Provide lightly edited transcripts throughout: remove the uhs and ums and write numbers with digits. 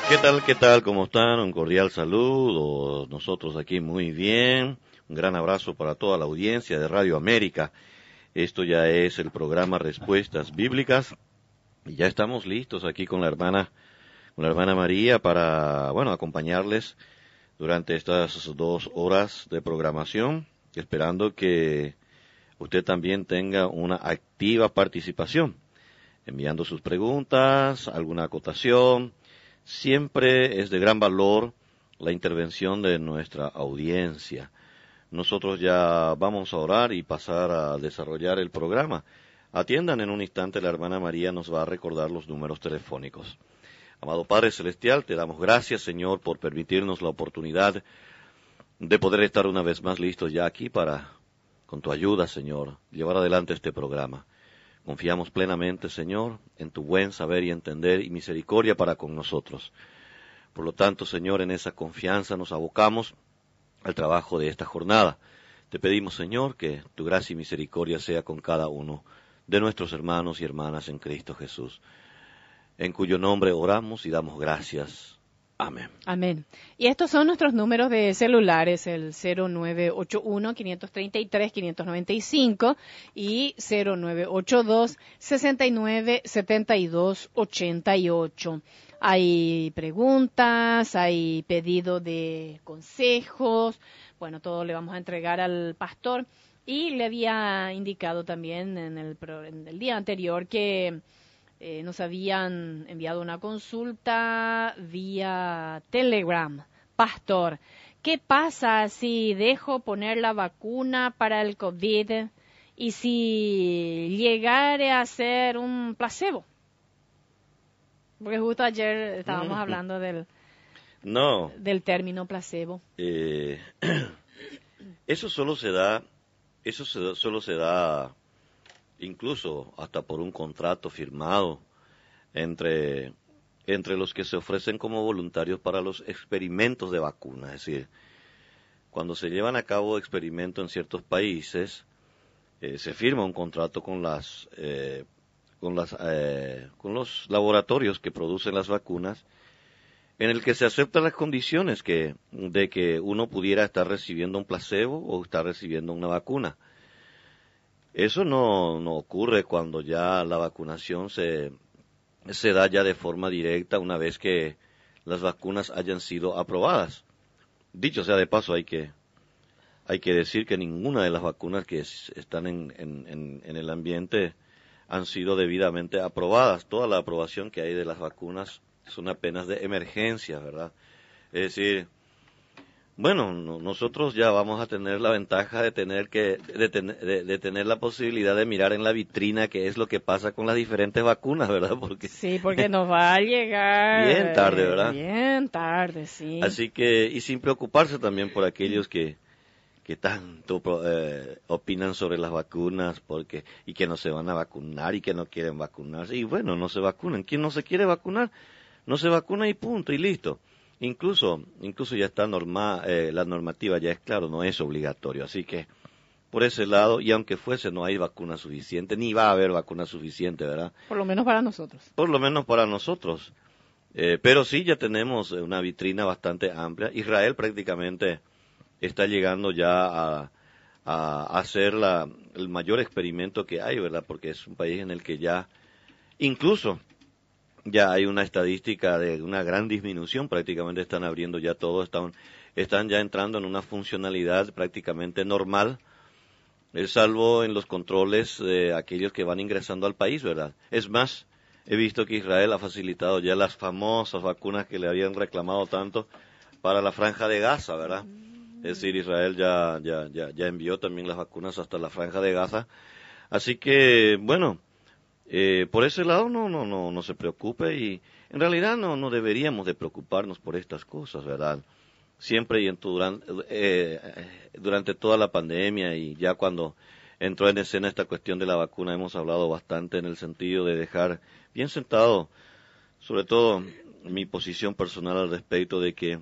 ¿Qué tal? ¿Qué tal? ¿Cómo están? Un cordial saludo. Nosotros aquí muy bien. Un gran abrazo para toda la audiencia de Radio América. Esto ya es el programa Respuestas Bíblicas. Y ya estamos listos aquí con la hermana María para, bueno, acompañarles durante estas 2 horas de programación, esperando que usted también tenga una activa participación, enviando sus preguntas, alguna acotación. Siempre es de gran valor la intervención de nuestra audiencia. Nosotros ya vamos a orar y pasar a desarrollar el programa. Atiendan en un instante, la hermana María nos va a recordar los números telefónicos. Amado Padre Celestial, te damos gracias, Señor, por permitirnos la oportunidad de poder estar una vez más listos ya aquí para, con tu ayuda, Señor, llevar adelante este programa. Confiamos plenamente, Señor, en tu buen saber y entender y misericordia para con nosotros. Por lo tanto, Señor, en esa confianza nos abocamos al trabajo de esta jornada. Te pedimos, Señor, que tu gracia y misericordia sea con cada uno de nuestros hermanos y hermanas en Cristo Jesús, en cuyo nombre oramos y damos gracias. Amén. Amén. Y estos son nuestros números de celulares, el 0981-533-595 y 0982-697288. Hay preguntas, hay pedido de consejos, bueno, todo le vamos a entregar al pastor. Y le había indicado también en el día anterior que nos habían enviado una consulta vía Telegram. Pastor, ¿qué pasa si dejo poner la vacuna para el COVID y si llegare a ser un placebo? Porque justo ayer estábamos hablando del término placebo. Eso solo se da incluso hasta por un contrato firmado entre los que se ofrecen como voluntarios para los experimentos de vacunas. Es decir, cuando se llevan a cabo experimentos en ciertos países, se firma un contrato con los laboratorios que producen las vacunas, en el que se aceptan las condiciones de que uno pudiera estar recibiendo un placebo o estar recibiendo una vacuna. Eso no ocurre cuando ya la vacunación se da ya de forma directa una vez que las vacunas hayan sido aprobadas. Dicho sea de paso, hay que decir que ninguna de las vacunas que están en el ambiente han sido debidamente aprobadas. Toda la aprobación que hay de las vacunas son apenas de emergencia, ¿verdad? Es decir, bueno, nosotros ya vamos a tener la ventaja de tener la posibilidad de mirar en la vitrina qué es lo que pasa con las diferentes vacunas, ¿verdad? Porque nos va a llegar bien tarde, ¿verdad? Bien tarde, sí. Así que, y sin preocuparse también por aquellos que tanto opinan sobre las vacunas y que no se van a vacunar y que no quieren vacunarse. Y bueno, no se vacunan. ¿Quién no se quiere vacunar? No se vacuna y punto, y listo. Incluso ya está la normativa ya es claro, no es obligatorio. Así que, por ese lado, y aunque fuese, no hay vacuna suficiente, ni va a haber vacuna suficiente, ¿verdad? Por lo menos para nosotros. Por lo menos para nosotros. Pero sí, ya tenemos una vitrina bastante amplia. Israel prácticamente está llegando ya a hacer el mayor experimento que hay, ¿verdad? Porque es un país en el que ya, incluso, ya hay una estadística de una gran disminución, prácticamente están abriendo ya todo, están ya entrando en una funcionalidad prácticamente normal, salvo en los controles de aquellos que van ingresando al país, ¿verdad? Es más, he visto que Israel ha facilitado ya las famosas vacunas que le habían reclamado tanto para la Franja de Gaza, ¿verdad? Es decir, Israel ya envió también las vacunas hasta la Franja de Gaza. Así que, bueno, por ese lado no se preocupe, y en realidad no deberíamos de preocuparnos por estas cosas, ¿verdad? Siempre y durante toda la pandemia, y ya cuando entró en escena esta cuestión de la vacuna, hemos hablado bastante en el sentido de dejar bien sentado, sobre todo mi posición personal al respecto de que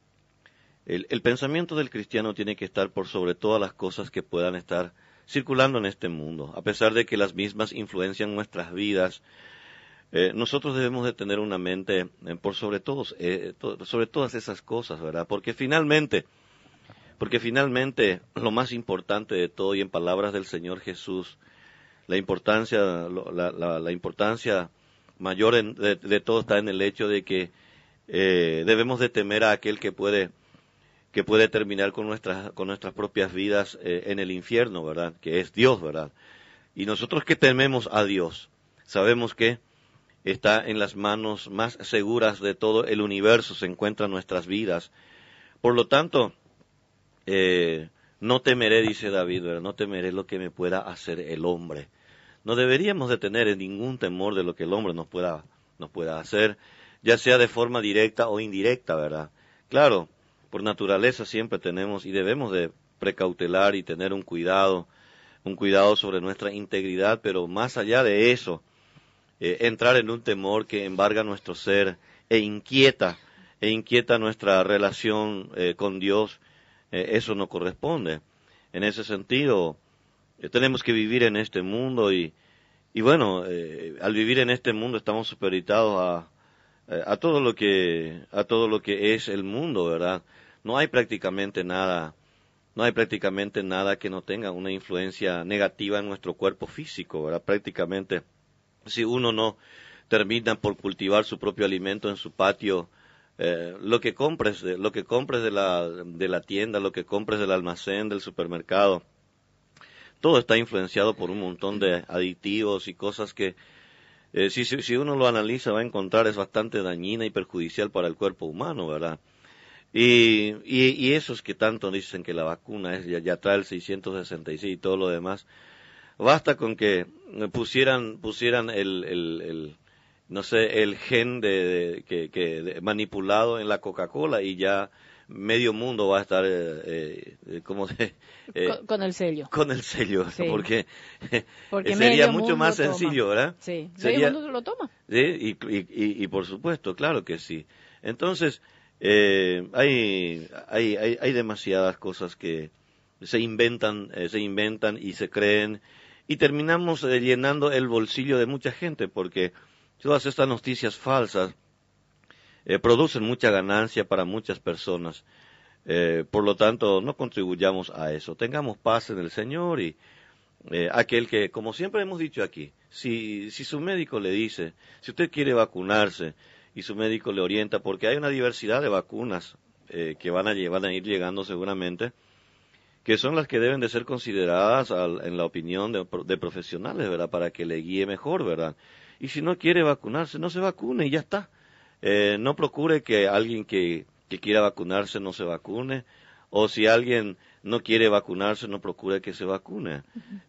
el pensamiento del cristiano tiene que estar por sobre todas las cosas que puedan estar circulando en este mundo, a pesar de que las mismas influencian nuestras vidas. nosotros debemos de tener una mente por sobre todos, sobre todas esas cosas, ¿verdad? Porque finalmente lo más importante de todo, y en palabras del Señor Jesús, la importancia mayor de todo está en el hecho de que debemos de temer a aquel que puede terminar con nuestras propias vidas en el infierno, ¿verdad? Que es Dios, ¿verdad? Y nosotros que tememos a Dios, sabemos que está en las manos más seguras de todo el universo, se encuentran nuestras vidas. Por lo tanto, no temeré, dice David, ¿verdad? No temeré lo que me pueda hacer el hombre. No deberíamos de tener ningún temor de lo que el hombre nos pueda hacer, ya sea de forma directa o indirecta, ¿verdad? Claro, por naturaleza siempre tenemos y debemos de precautelar y tener un cuidado sobre nuestra integridad, pero más allá de eso, entrar en un temor que embarga nuestro ser e inquieta nuestra relación con Dios, eso no corresponde. En ese sentido, tenemos que vivir en este mundo y bueno, al vivir en este mundo estamos supeditados a todo lo que es el mundo, ¿verdad? No hay prácticamente nada que no tenga una influencia negativa en nuestro cuerpo físico, ¿verdad? Prácticamente, si uno no termina por cultivar su propio alimento en su patio, lo que compres de la tienda, lo que compres del almacén, del supermercado, todo está influenciado por un montón de aditivos y cosas que, si uno lo analiza, va a encontrar es bastante dañina y perjudicial para el cuerpo humano, ¿verdad? Y esos que tanto dicen que la vacuna ya trae el 666 y todo lo demás, basta con que pusieran no sé, el gen manipulado en la Coca-Cola y ya medio mundo va a estar con el sello. Con el sello, sí. Porque sería mucho más sencillo, toma. ¿verdad? Sí, medio mundo lo toma. Sí, y por supuesto, claro que sí. Entonces, hay demasiadas cosas que se inventan y se creen y terminamos llenando el bolsillo de mucha gente porque todas estas noticias falsas producen mucha ganancia para muchas personas. Por lo tanto, no contribuyamos a eso. Tengamos paz en el Señor y aquel que, como siempre hemos dicho aquí, si su médico le dice, si usted quiere vacunarse y su médico le orienta, porque hay una diversidad de vacunas que van a ir llegando seguramente, que son las que deben de ser consideradas en la opinión de profesionales, ¿verdad? Para que le guíe mejor, ¿verdad? Y si no quiere vacunarse, no se vacune y ya está. No procure que alguien que quiera vacunarse no se vacune, o si alguien no quiere vacunarse, no procure que se vacune.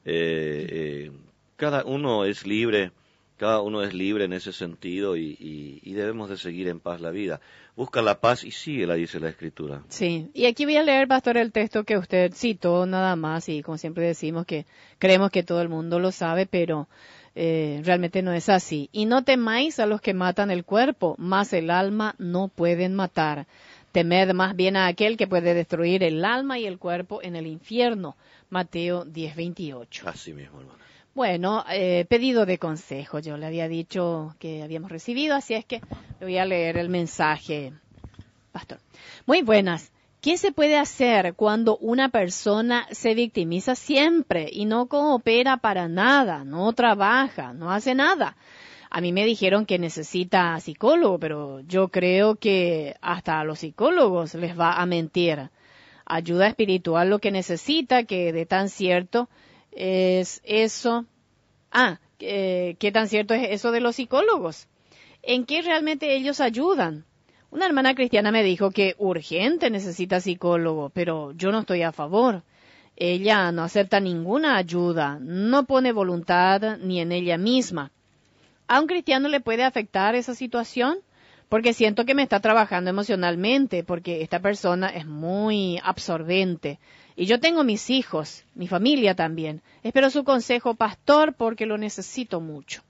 Cada uno es libre en ese sentido y debemos de seguir en paz la vida. Busca la paz y síguela, dice la Escritura. Sí, y aquí voy a leer, pastor, el texto que usted citó nada más, y como siempre decimos que creemos que todo el mundo lo sabe, pero realmente no es así. Y no temáis a los que matan el cuerpo, mas el alma no pueden matar. Temed más bien a aquel que puede destruir el alma y el cuerpo en el infierno. Mateo 10:28. Así mismo, hermano. Bueno, pedido de consejo, yo le había dicho que habíamos recibido, así es que le voy a leer el mensaje, pastor. Muy buenas. ¿Qué se puede hacer cuando una persona se victimiza siempre y no coopera para nada, no trabaja, no hace nada? A mí me dijeron que necesita psicólogo, pero yo creo que hasta a los psicólogos les va a mentir. Ayuda espiritual lo que necesita, que de tan cierto es eso. ¿Qué tan cierto es eso de los psicólogos? ¿En qué realmente ellos ayudan? Una hermana cristiana me dijo que urgente necesita psicólogo, pero yo no estoy a favor. Ella no acepta ninguna ayuda, no pone voluntad ni en ella misma. ¿A un cristiano le puede afectar esa situación? Porque siento que me está trabajando emocionalmente, porque esta persona es muy absorbente. Y yo tengo mis hijos, mi familia también. Espero su consejo, pastor, porque lo necesito mucho.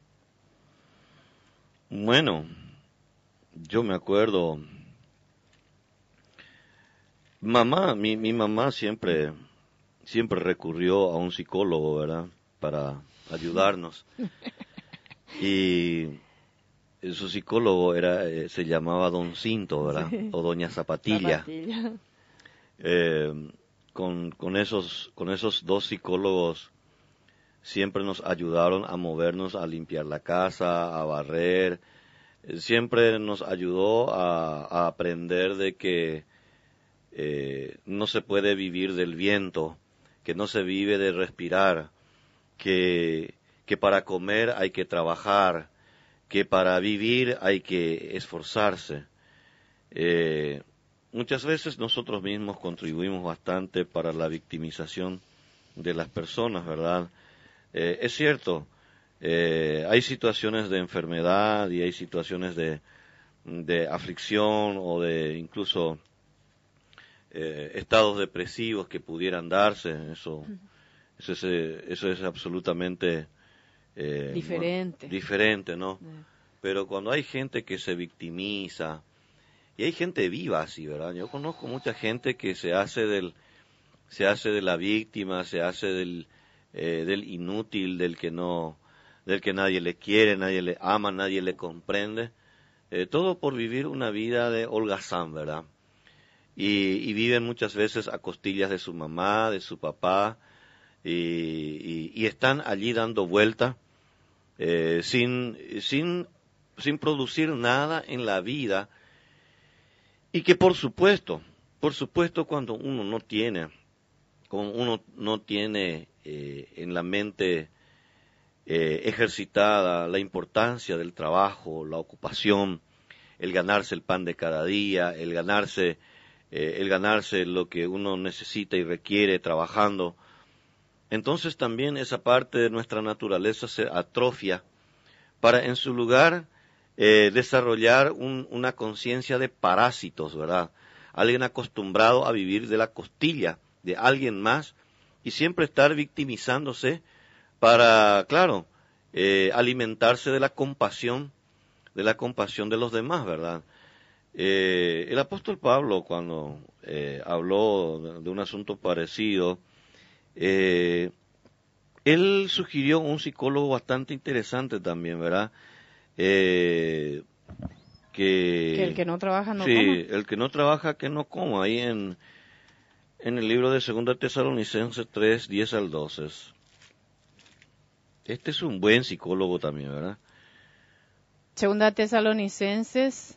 Bueno, yo me acuerdo, mi mamá siempre recurrió a un psicólogo, ¿verdad? Para ayudarnos. Y su psicólogo se llamaba Don Cinto, ¿verdad? Sí. O Doña Zapatilla. Zapatilla. Con esos dos psicólogos siempre nos ayudaron a movernos, a limpiar la casa, a barrer. Siempre nos ayudó a aprender de que no se puede vivir del viento, que no se vive de respirar, que para comer hay que trabajar, que para vivir hay que esforzarse. Muchas veces nosotros mismos contribuimos bastante para la victimización de las personas, ¿verdad? Es cierto, hay situaciones de enfermedad y hay situaciones de aflicción o de incluso estados depresivos que pudieran darse. Eso es absolutamente diferente, ¿no? Pero cuando hay gente que se victimiza, y hay gente viva así, ¿verdad? Yo conozco mucha gente que se hace de la víctima, se hace del inútil, del que nadie le quiere, nadie le ama, nadie le comprende, todo por vivir una vida de holgazán, ¿verdad? Y viven muchas veces a costillas de su mamá, de su papá, y están allí dando vuelta sin producir nada en la vida, y que por supuesto cuando uno no tiene en la mente ejercitada la importancia del trabajo, la ocupación, el ganarse el pan de cada día, el ganarse lo que uno necesita y requiere trabajando, entonces también esa parte de nuestra naturaleza se atrofia para en su lugar desarrollar una conciencia de parásitos, ¿verdad? Alguien acostumbrado a vivir de la costilla de alguien más y siempre estar victimizándose para, claro, alimentarse de la compasión de los demás, ¿verdad? El apóstol Pablo, cuando habló de un asunto parecido, él sugirió un psicólogo bastante interesante también, ¿verdad? Que el que no trabaja no sí, coma. el que no trabaja que no coma, ahí en el libro de 2 Tesalonicenses 3, 10 al 12. Este es un buen psicólogo también, ¿verdad? 2 Tesalonicenses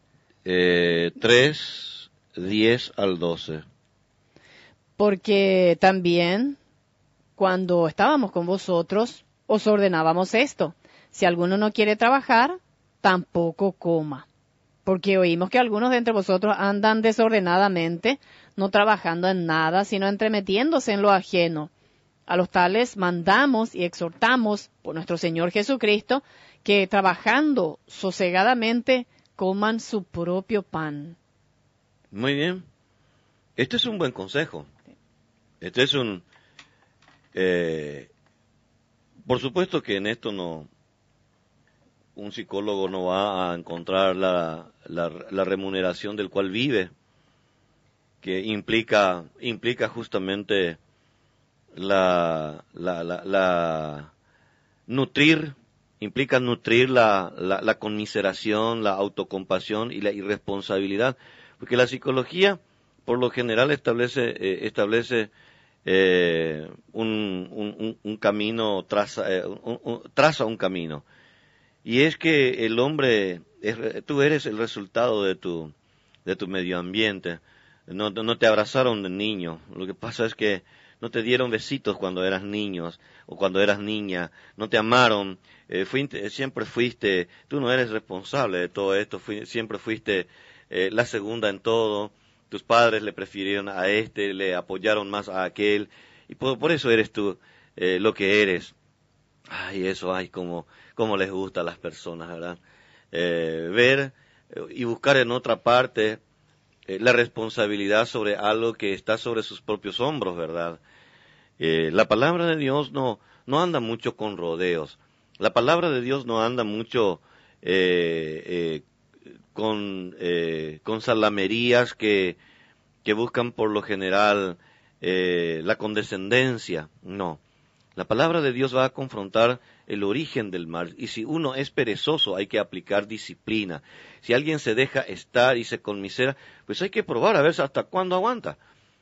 3, 10 al 12. Porque también cuando estábamos con vosotros os ordenábamos esto: si alguno no quiere trabajar, tampoco coma. Porque oímos que algunos de entre vosotros andan desordenadamente, no trabajando en nada, sino entremetiéndose en lo ajeno. A los tales mandamos y exhortamos por nuestro Señor Jesucristo que trabajando sosegadamente coman su propio pan. Muy bien. Este es un buen consejo. Este es por supuesto que en esto un psicólogo no va a encontrar la remuneración del cual vive, que implica justamente implica nutrir la conmiseración, la autocompasión y la irresponsabilidad, porque la psicología por lo general establece un camino, traza un camino. Y es que el hombre, tú eres el resultado de tu medio ambiente. No te abrazaron de niño. Lo que pasa es que no te dieron besitos cuando eras niños o cuando eras niña. No te amaron. Siempre fuiste, tú no eres responsable de todo esto. Siempre fuiste la segunda en todo. Tus padres le prefirieron a le apoyaron más a aquel. Y por eso eres tú lo que eres. Ay, eso, como les gusta a las personas, ¿verdad? Ver y buscar en otra parte la responsabilidad sobre algo que está sobre sus propios hombros, ¿verdad? La palabra de Dios no anda mucho con rodeos. La palabra de Dios no anda mucho con salamerías que buscan por lo general la condescendencia. No. La palabra de Dios va a confrontar el origen del mal. Y si uno es perezoso, hay que aplicar disciplina. Si alguien se deja estar y se conmisera, pues hay que probar a ver hasta cuándo aguanta.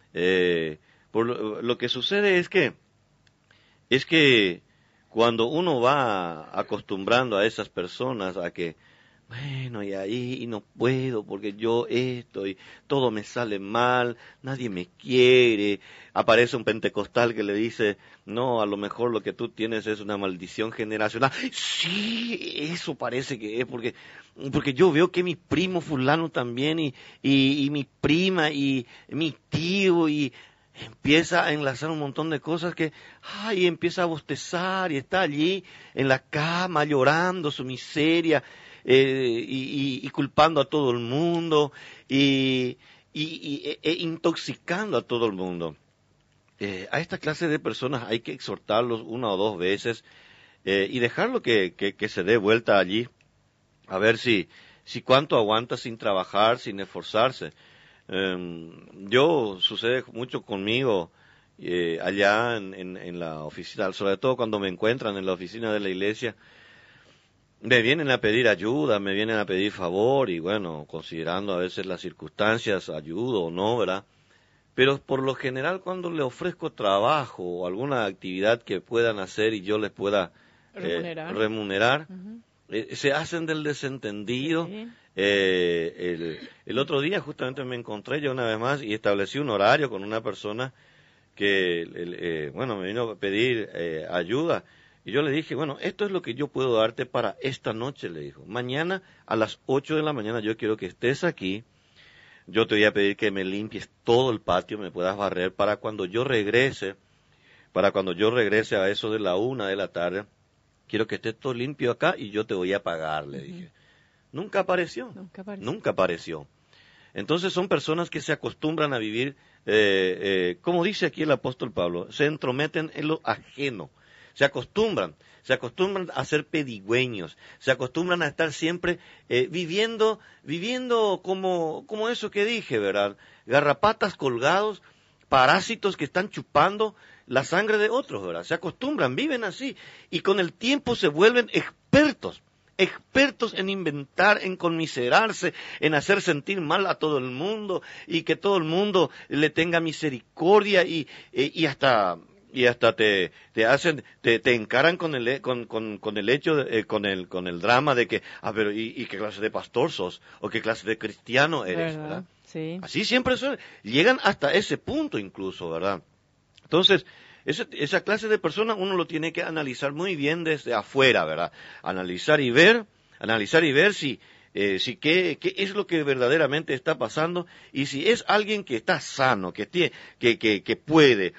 Lo que sucede es que cuando uno va acostumbrando a esas personas a que, bueno, y ahí y no puedo porque yo esto y todo me sale mal, nadie me quiere, aparece un pentecostal que le dice, no, a lo mejor lo que tú tienes es una maldición generacional. Sí, eso parece que es porque yo veo que mi primo fulano también y mi prima y mi tío y empieza a enlazar un montón de cosas y empieza a bostezar y está allí en la cama llorando su miseria y culpando a todo el mundo e intoxicando a todo el mundo. A esta clase de personas hay que exhortarlos una o dos veces y dejarlo que se dé vuelta allí a ver si cuánto aguanta sin trabajar, sin esforzarse. Sucede mucho conmigo allá en la oficina, sobre todo cuando me encuentran en la oficina de la iglesia, me vienen a pedir ayuda, me vienen a pedir favor y bueno, considerando a veces las circunstancias, ayudo o no, ¿verdad? Pero por lo general cuando le ofrezco trabajo o alguna actividad que puedan hacer y yo les pueda remunerar, se hacen del desentendido. Sí. El otro día justamente me encontré yo una vez más y establecí un horario con una persona que, me vino a pedir ayuda. Y yo le dije, bueno, esto es lo que yo puedo darte para esta noche, le dijo. Mañana a las 8 de la mañana yo quiero que estés aquí. Yo te voy a pedir que me limpies todo el patio, me puedas barrer para cuando yo regrese a eso de la 1 de la tarde. Quiero que esté todo limpio acá y yo te voy a pagar, le dije. Nunca apareció. Entonces son personas que se acostumbran a vivir, como dice aquí el apóstol Pablo, se entrometen en lo ajeno. Se acostumbran a ser pedigüeños, se acostumbran a estar siempre viviendo como eso que dije, ¿verdad? Garrapatas colgados, parásitos que están chupando la sangre de otros, ¿verdad? Se acostumbran, viven así, y con el tiempo se vuelven expertos en inventar, en conmiserarse, en hacer sentir mal a todo el mundo, y que todo el mundo le tenga misericordia, y hasta te encaran con el hecho, con el drama de que, pero ¿y qué clase de pastor sos? ¿O qué clase de cristiano eres? ¿Verdad? Sí. Así siempre llegan hasta ese punto incluso, ¿verdad? Entonces, esa clase de personas uno lo tiene que analizar muy bien desde afuera, ¿verdad? Analizar y ver si qué es lo que verdaderamente está pasando y si es alguien que está sano, que puede,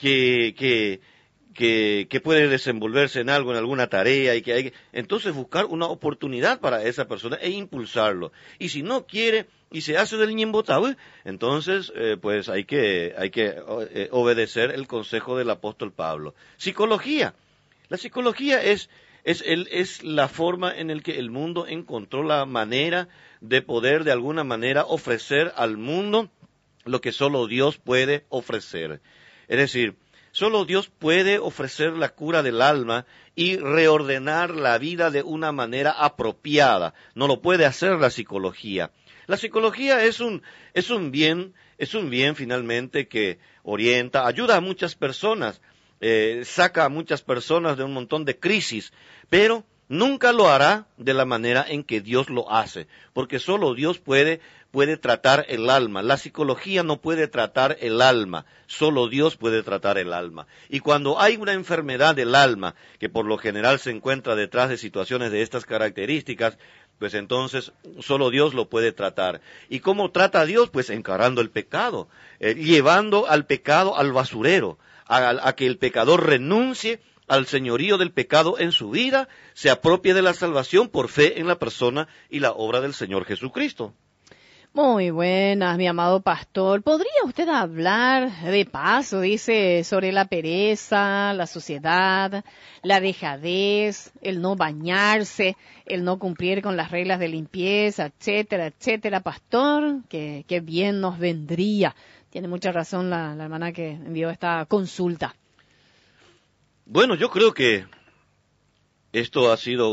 que puede desenvolverse en algo, en alguna tarea y que hay que, entonces buscar una oportunidad para esa persona e impulsarlo. Y si no quiere y se hace del ñembotado, entonces pues hay que obedecer el consejo del apóstol Pablo. Psicología. La psicología es la forma en la que el mundo encontró la manera de poder de alguna manera ofrecer al mundo lo que solo Dios puede ofrecer. Es decir, solo Dios puede ofrecer la cura del alma y reordenar la vida de una manera apropiada. No lo puede hacer la psicología. La psicología es un bien finalmente que orienta, ayuda a muchas personas, saca a muchas personas de un montón de crisis, pero nunca lo hará de la manera en que Dios lo hace, porque solo Dios puede tratar el alma. La psicología no puede tratar el alma, solo Dios puede tratar el alma. Y cuando hay una enfermedad del alma, que por lo general se encuentra detrás de situaciones de estas características, pues entonces solo Dios lo puede tratar. ¿Y cómo trata a Dios? Pues encarando el pecado, llevando al pecado al basurero, a que el pecador renuncie al señorío del pecado en su vida, se apropie de la salvación por fe en la persona y la obra del Señor Jesucristo. Muy buenas, mi amado pastor. ¿Podría usted hablar de paso, dice, sobre la pereza, la suciedad, la dejadez, el no bañarse, el no cumplir con las reglas de limpieza, etcétera, etcétera, pastor? Que bien nos vendría. Tiene mucha razón la hermana que envió esta consulta. Bueno, yo creo que esto ha sido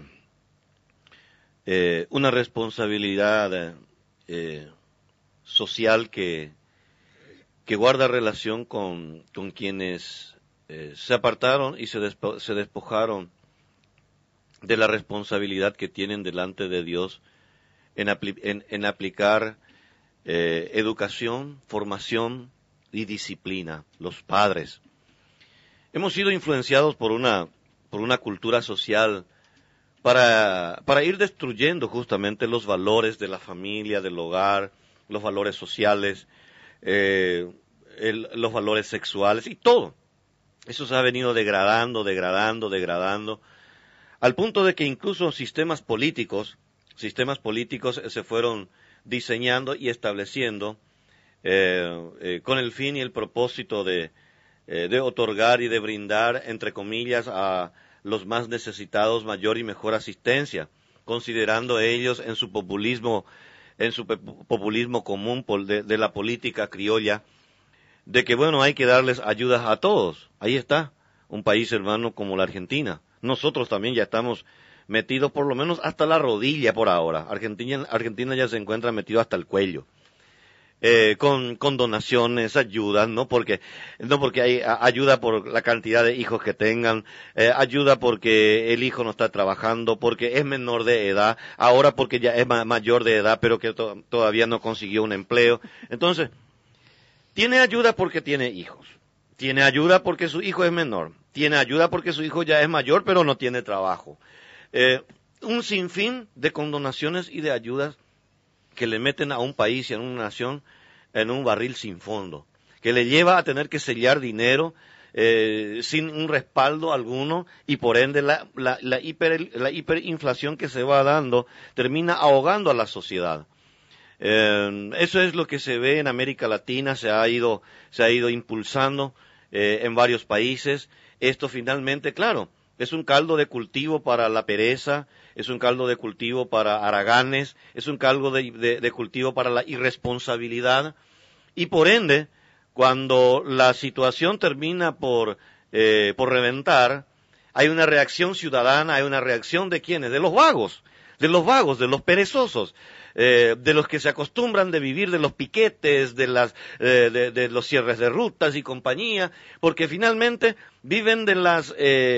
una responsabilidad social que guarda relación con quienes se apartaron y se despojaron de la responsabilidad que tienen delante de Dios en aplicar educación, formación y disciplina, los padres. Hemos sido influenciados por una cultura social para ir destruyendo justamente los valores de la familia, del hogar, los valores sociales, los valores sexuales y todo. Eso se ha venido degradando, al punto de que incluso sistemas políticos se fueron diseñando y estableciendo con el fin y el propósito de otorgar y de brindar, entre comillas, a los más necesitados mayor y mejor asistencia, considerando ellos en su populismo común de la política criolla, de que bueno, hay que darles ayudas a todos. Ahí está, un país hermano como la Argentina. Nosotros también ya estamos metidos por lo menos hasta la rodilla por ahora. Argentina ya se encuentra metido hasta el cuello. Con donaciones, ayudas, no porque hay ayuda por la cantidad de hijos que tengan, ayuda porque el hijo no está trabajando, porque es menor de edad, ahora porque ya es mayor de edad, pero que todavía no consiguió un empleo. Entonces, tiene ayuda porque tiene hijos, tiene ayuda porque su hijo es menor, tiene ayuda porque su hijo ya es mayor, pero no tiene trabajo. Un sinfín de condonaciones y de ayudas que le meten a un país y a una nación en un barril sin fondo, que le lleva a tener que sellar dinero sin un respaldo alguno, y por ende la hiperinflación que se va dando termina ahogando a la sociedad. Eso es lo que se ve en América Latina, se ha ido impulsando en varios países. Esto finalmente, claro, es un caldo de cultivo para la pereza, es un caldo de cultivo para haraganes, es un caldo de cultivo para la irresponsabilidad, y por ende, cuando la situación termina por reventar, hay una reacción ciudadana, hay una reacción ¿de quiénes? De los vagos, de los perezosos, de los que se acostumbran de vivir de los piquetes, de los cierres de rutas y compañía, porque finalmente viven de las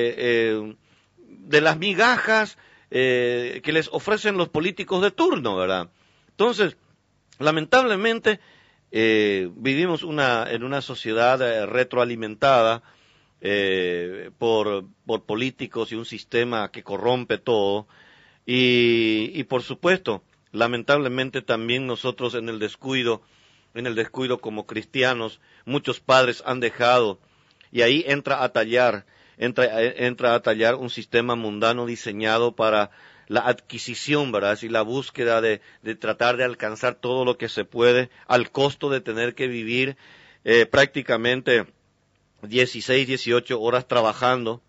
migajas que les ofrecen los políticos de turno, ¿verdad? Entonces, lamentablemente, vivimos en una sociedad retroalimentada por políticos y un sistema que corrompe todo, y por supuesto, lamentablemente también nosotros en el descuido como cristianos, muchos padres han dejado, y ahí entra a tallar un sistema mundano diseñado para la adquisición, ¿verdad? Y la búsqueda de tratar de alcanzar todo lo que se puede al costo de tener que vivir prácticamente 16, 18 horas trabajando,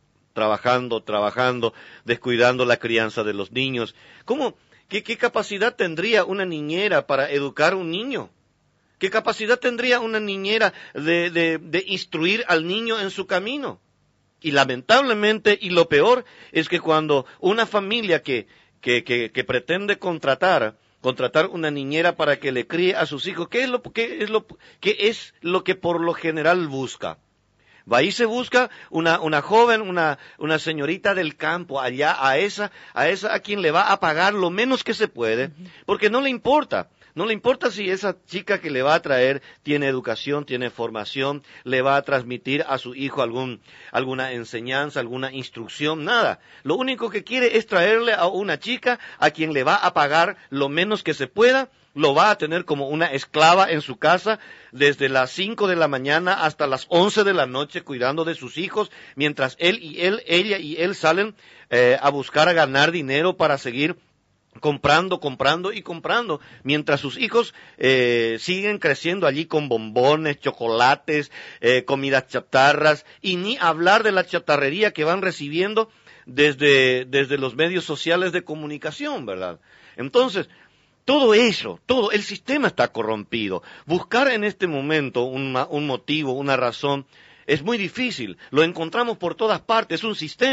descuidando la crianza de los niños. ¿Qué capacidad tendría una niñera para educar a un niño? ¿Qué capacidad tendría una niñera de instruir al niño en su camino? Y lamentablemente, y lo peor, es que cuando una familia que pretende contratar una niñera para que le críe a sus hijos, ¿qué es lo que por lo general busca? Va ahí se busca una joven, una señorita del campo, allá a esa a quien le va a pagar lo menos que se puede, porque no le importa si esa chica que le va a traer tiene educación, tiene formación, le va a transmitir a su hijo alguna enseñanza, alguna instrucción, nada. Lo único que quiere es traerle a una chica a quien le va a pagar lo menos que se pueda, lo va a tener como una esclava en su casa desde las 5 de la mañana hasta las 11 de la noche cuidando de sus hijos, mientras ella y él salen a buscar a ganar dinero para seguir comprando, mientras sus hijos siguen creciendo allí con bombones, chocolates, comidas chatarras, y ni hablar de la chatarrería que van recibiendo desde los medios sociales de comunicación, ¿verdad? Entonces, todo el sistema está corrompido. Buscar en este momento un motivo, una razón, es muy difícil. Lo encontramos por todas partes, es un sistema.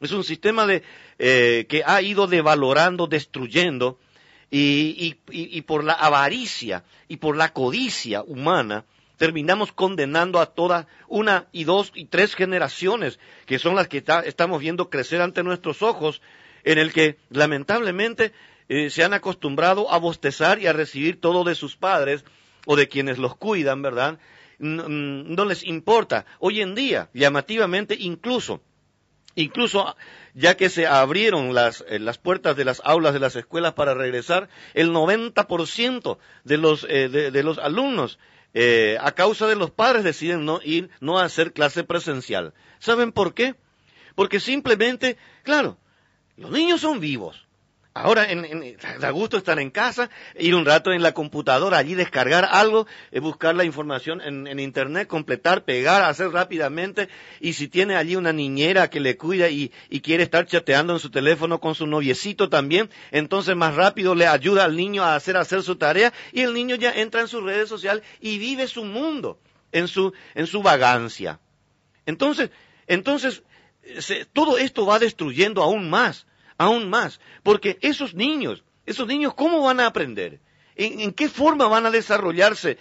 Es un sistema que ha ido devalorando, destruyendo, y por la avaricia y por la codicia humana, terminamos condenando a todas una y dos y tres generaciones, que son las que estamos viendo crecer ante nuestros ojos, en el que lamentablemente se han acostumbrado a bostezar y a recibir todo de sus padres o de quienes los cuidan, ¿verdad? No les importa. Hoy en día, llamativamente, incluso ya que se abrieron las puertas de las aulas de las escuelas para regresar, el 90% de los alumnos, a causa de los padres, deciden no hacer clase presencial. ¿Saben por qué? Porque simplemente, claro, los niños son vivos. Ahora da gusto estar en casa, ir un rato en la computadora, allí descargar algo, buscar la información en internet, completar, pegar, hacer rápidamente, y si tiene allí una niñera que le cuida y quiere estar chateando en su teléfono con su noviecito también, entonces más rápido le ayuda al niño a hacer su tarea, y el niño ya entra en sus redes sociales y vive su mundo, en su vagancia. Entonces, todo esto va destruyendo aún más, porque esos niños, ¿cómo van a aprender? ¿En qué forma van a desarrollarse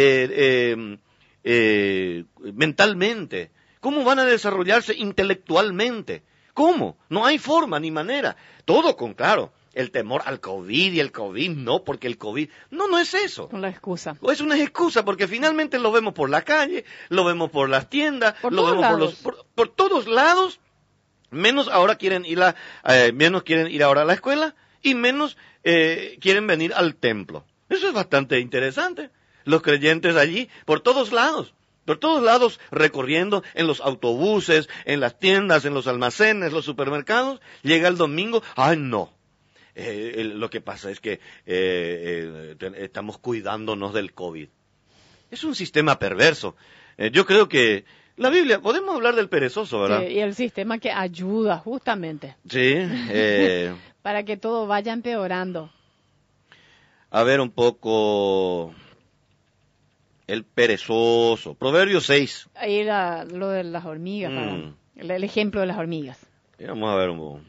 mentalmente? ¿Cómo van a desarrollarse intelectualmente? ¿Cómo? No hay forma ni manera. Todo claro, el temor al COVID y el COVID no, porque el COVID... No es eso. Con la excusa. Es una excusa, porque finalmente lo vemos por la calle, lo vemos por las tiendas, lo vemos por todos lados. Menos ahora quieren ir ahora a la escuela y menos quieren venir al templo. Eso es bastante interesante. Los creyentes allí, por todos lados, recorriendo en los autobuses, en las tiendas, en los almacenes, los supermercados, llega el domingo, ¡ay no! Lo que pasa es que estamos cuidándonos del COVID. Es un sistema perverso. Yo creo que la Biblia, podemos hablar del perezoso, ¿verdad? Sí, y el sistema que ayuda justamente. Sí. Para que todo vaya empeorando. A ver un poco el perezoso. Proverbios 6. Ahí lo de las hormigas, el ejemplo de las hormigas. Vamos a ver un poco.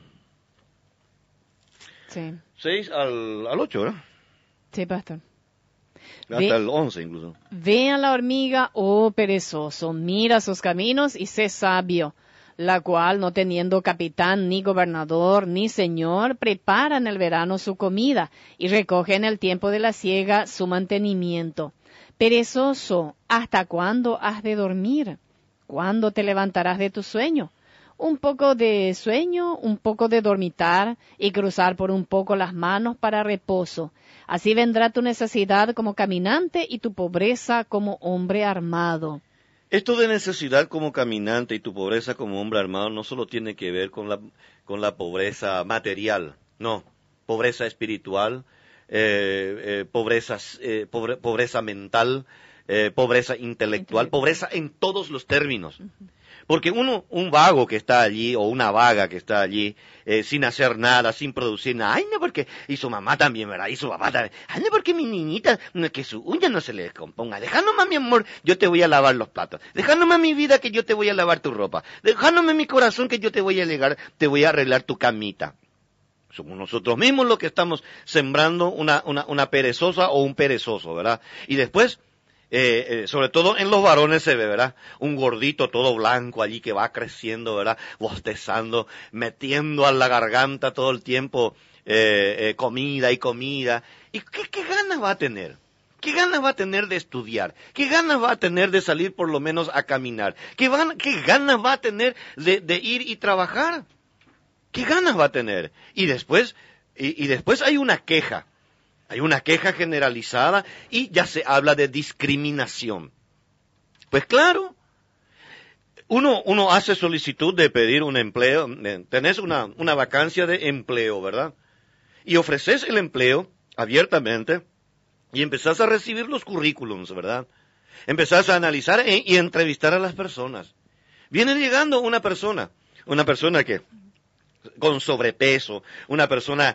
Sí. 6 al 8, ¿verdad? Sí, pastor. Hasta el 11 incluso. Ve a la hormiga, oh perezoso, mira sus caminos y sé sabio, la cual, no teniendo capitán, ni gobernador, ni señor, prepara en el verano su comida y recoge en el tiempo de la siega su mantenimiento. Perezoso, ¿hasta cuándo has de dormir? ¿Cuándo te levantarás de tu sueño? Un poco de sueño, un poco de dormitar y cruzar por un poco las manos para reposo. Así vendrá tu necesidad como caminante y tu pobreza como hombre armado. Esto de necesidad como caminante y tu pobreza como hombre armado no solo tiene que ver con la pobreza material, no, pobreza espiritual, pobreza mental, pobreza intelectual, pobreza en todos los términos. Porque un vago que está allí, o una vaga que está allí, sin hacer nada, sin producir nada, ay no, porque, y su mamá también, ¿verdad? Y su papá también, ay no, porque mi niñita, que su uña no se le descomponga, dejándome mi amor, yo te voy a lavar los platos, dejándome mi vida que yo te voy a lavar tu ropa, dejándome mi corazón que yo te voy a arreglar tu camita. Somos nosotros mismos los que estamos sembrando una perezosa o un perezoso, ¿verdad? Y después, sobre todo en los varones se ve, ¿verdad? Un gordito todo blanco allí que va creciendo, ¿verdad? Bostezando, metiendo a la garganta todo el tiempo comida y comida. ¿Y qué ganas va a tener? ¿Qué ganas va a tener de estudiar? ¿Qué ganas va a tener de salir por lo menos a caminar? ¿Qué ganas va a tener de ir y trabajar? ¿Qué ganas va a tener? Y después hay una queja. Hay una queja generalizada y ya se habla de discriminación. Pues claro, uno hace solicitud de pedir un empleo, tenés una vacancia de empleo, ¿verdad? Y ofreces el empleo abiertamente y empezás a recibir los currículums, ¿verdad? Empezás a analizar y entrevistar a las personas. Viene llegando una persona que con sobrepeso, una persona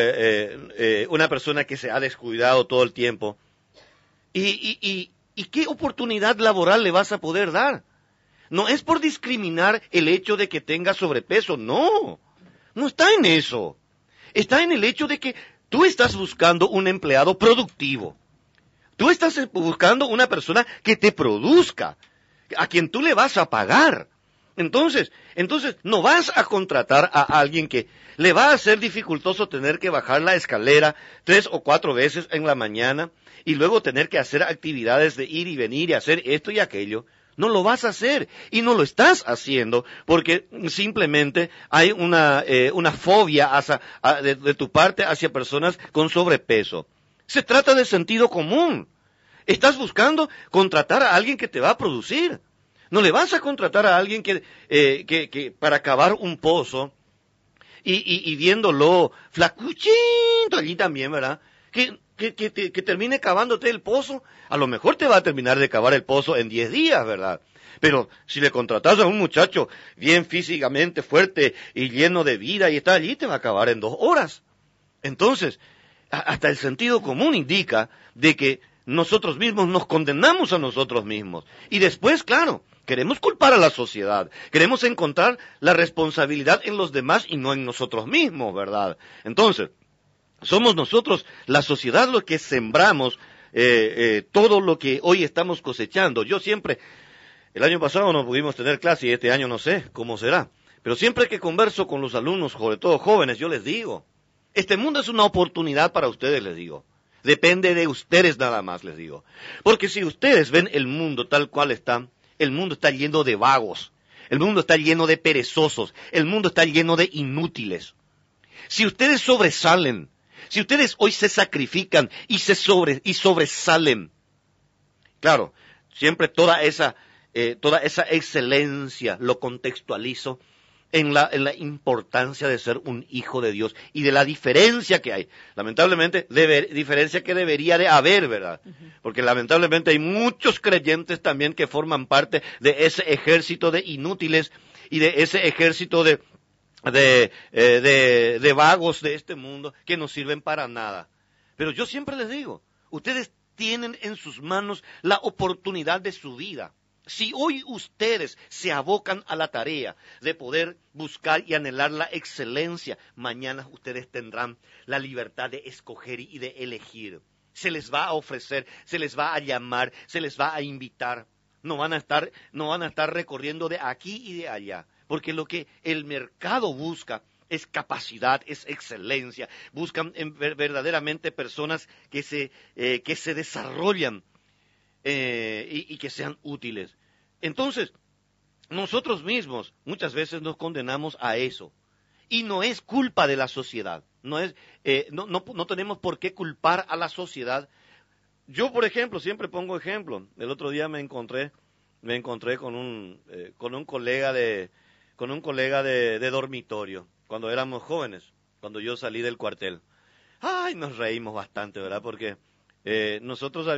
que se ha descuidado todo el tiempo. ¿Y qué oportunidad laboral le vas a poder dar? No es por discriminar el hecho de que tenga sobrepeso, no. No está en eso. Está en el hecho de que tú estás buscando un empleado productivo. Tú estás buscando una persona que te produzca, a quien tú le vas a pagar. Entonces, no vas a contratar a alguien que le va a ser dificultoso tener que bajar la escalera 3 o 4 veces en la mañana y luego tener que hacer actividades de ir y venir y hacer esto y aquello. No lo vas a hacer y no lo estás haciendo porque simplemente hay una fobia de tu parte hacia personas con sobrepeso. Se trata de sentido común. Estás buscando contratar a alguien que te va a producir. No le vas a contratar a alguien que para cavar un pozo y viéndolo flacuchito allí también, ¿verdad? Que termine cavándote el pozo. A lo mejor te va a terminar de cavar el pozo en 10 días, ¿verdad? Pero si le contratas a un muchacho bien físicamente fuerte y lleno de vida y está allí, te va a acabar en 2 horas. Entonces, hasta el sentido común indica de que nosotros mismos nos condenamos a nosotros mismos. Y después, claro, queremos culpar a la sociedad. Queremos encontrar la responsabilidad en los demás y no en nosotros mismos, ¿verdad? Entonces, somos nosotros, la sociedad, los que sembramos todo lo que hoy estamos cosechando. Yo siempre, el año pasado no pudimos tener clase y este año no sé cómo será. Pero siempre que converso con los alumnos, sobre todo jóvenes, yo les digo, este mundo es una oportunidad para ustedes, les digo. Depende de ustedes nada más, les digo. Porque si ustedes ven el mundo tal cual está, el mundo está lleno de vagos. El mundo está lleno de perezosos. El mundo está lleno de inútiles. Si ustedes sobresalen, si ustedes hoy se sacrifican y sobresalen, claro, siempre toda esa excelencia lo contextualizo en la importancia de ser un hijo de Dios y de la diferencia que hay. Lamentablemente, diferencia que debería de haber, ¿verdad? Porque lamentablemente hay muchos creyentes también que forman parte de ese ejército de inútiles y de ese ejército de vagos de este mundo que no sirven para nada. Pero yo siempre les digo, ustedes tienen en sus manos la oportunidad de su vida. Si hoy ustedes se abocan a la tarea de poder buscar y anhelar la excelencia, mañana ustedes tendrán la libertad de escoger y de elegir. Se les va a ofrecer, se les va a llamar, se les va a invitar. No van a estar recorriendo de aquí y de allá, porque lo que el mercado busca es capacidad, es excelencia. Buscan verdaderamente personas que se desarrollan y que sean útiles. Entonces, nosotros mismos muchas veces nos condenamos a eso. Y no es culpa de la sociedad. No tenemos por qué culpar a la sociedad. Yo, por ejemplo, siempre pongo ejemplo. El otro día me encontré con un colega de dormitorio, cuando éramos jóvenes, cuando yo salí del cuartel. Ay, nos reímos bastante, ¿verdad? Porque nosotros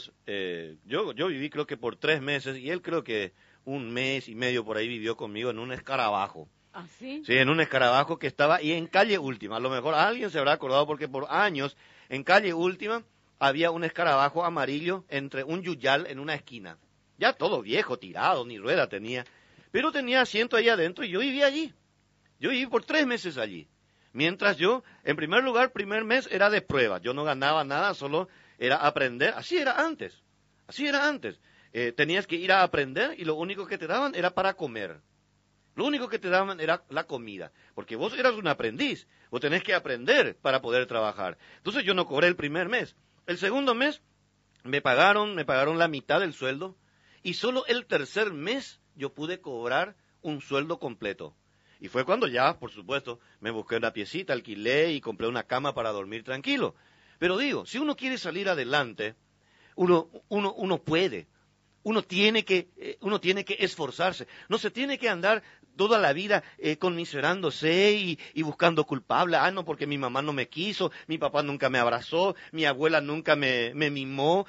yo viví creo que por 3 meses y él creo que 1 mes y medio por ahí vivió conmigo en un escarabajo. ¿Ah, sí? Sí, en un escarabajo que estaba ahí en Calle Última. A lo mejor alguien se habrá acordado porque por años en Calle Última había un escarabajo amarillo entre un yuyal en una esquina. Ya todo viejo, tirado, ni rueda tenía. Pero tenía asiento ahí adentro y yo vivía allí. Yo viví por 3 meses allí. Mientras yo, en primer lugar, primer mes era de prueba. Yo no ganaba nada, solo era aprender. Así era antes. Tenías que ir a aprender y lo único que te daban era para comer. Lo único que te daban era la comida. Porque vos eras un aprendiz. Vos tenés que aprender para poder trabajar. Entonces yo no cobré el primer mes. El segundo mes me pagaron la mitad del sueldo. Y solo el tercer mes yo pude cobrar un sueldo completo. Y fue cuando ya, por supuesto, me busqué una piecita, alquilé y compré una cama para dormir tranquilo. Pero digo, si uno quiere salir adelante, uno puede. Uno tiene que esforzarse. No se tiene que andar toda la vida conmiserándose y buscando culpable. Ah, no, porque mi mamá no me quiso, mi papá nunca me abrazó, mi abuela nunca me mimó,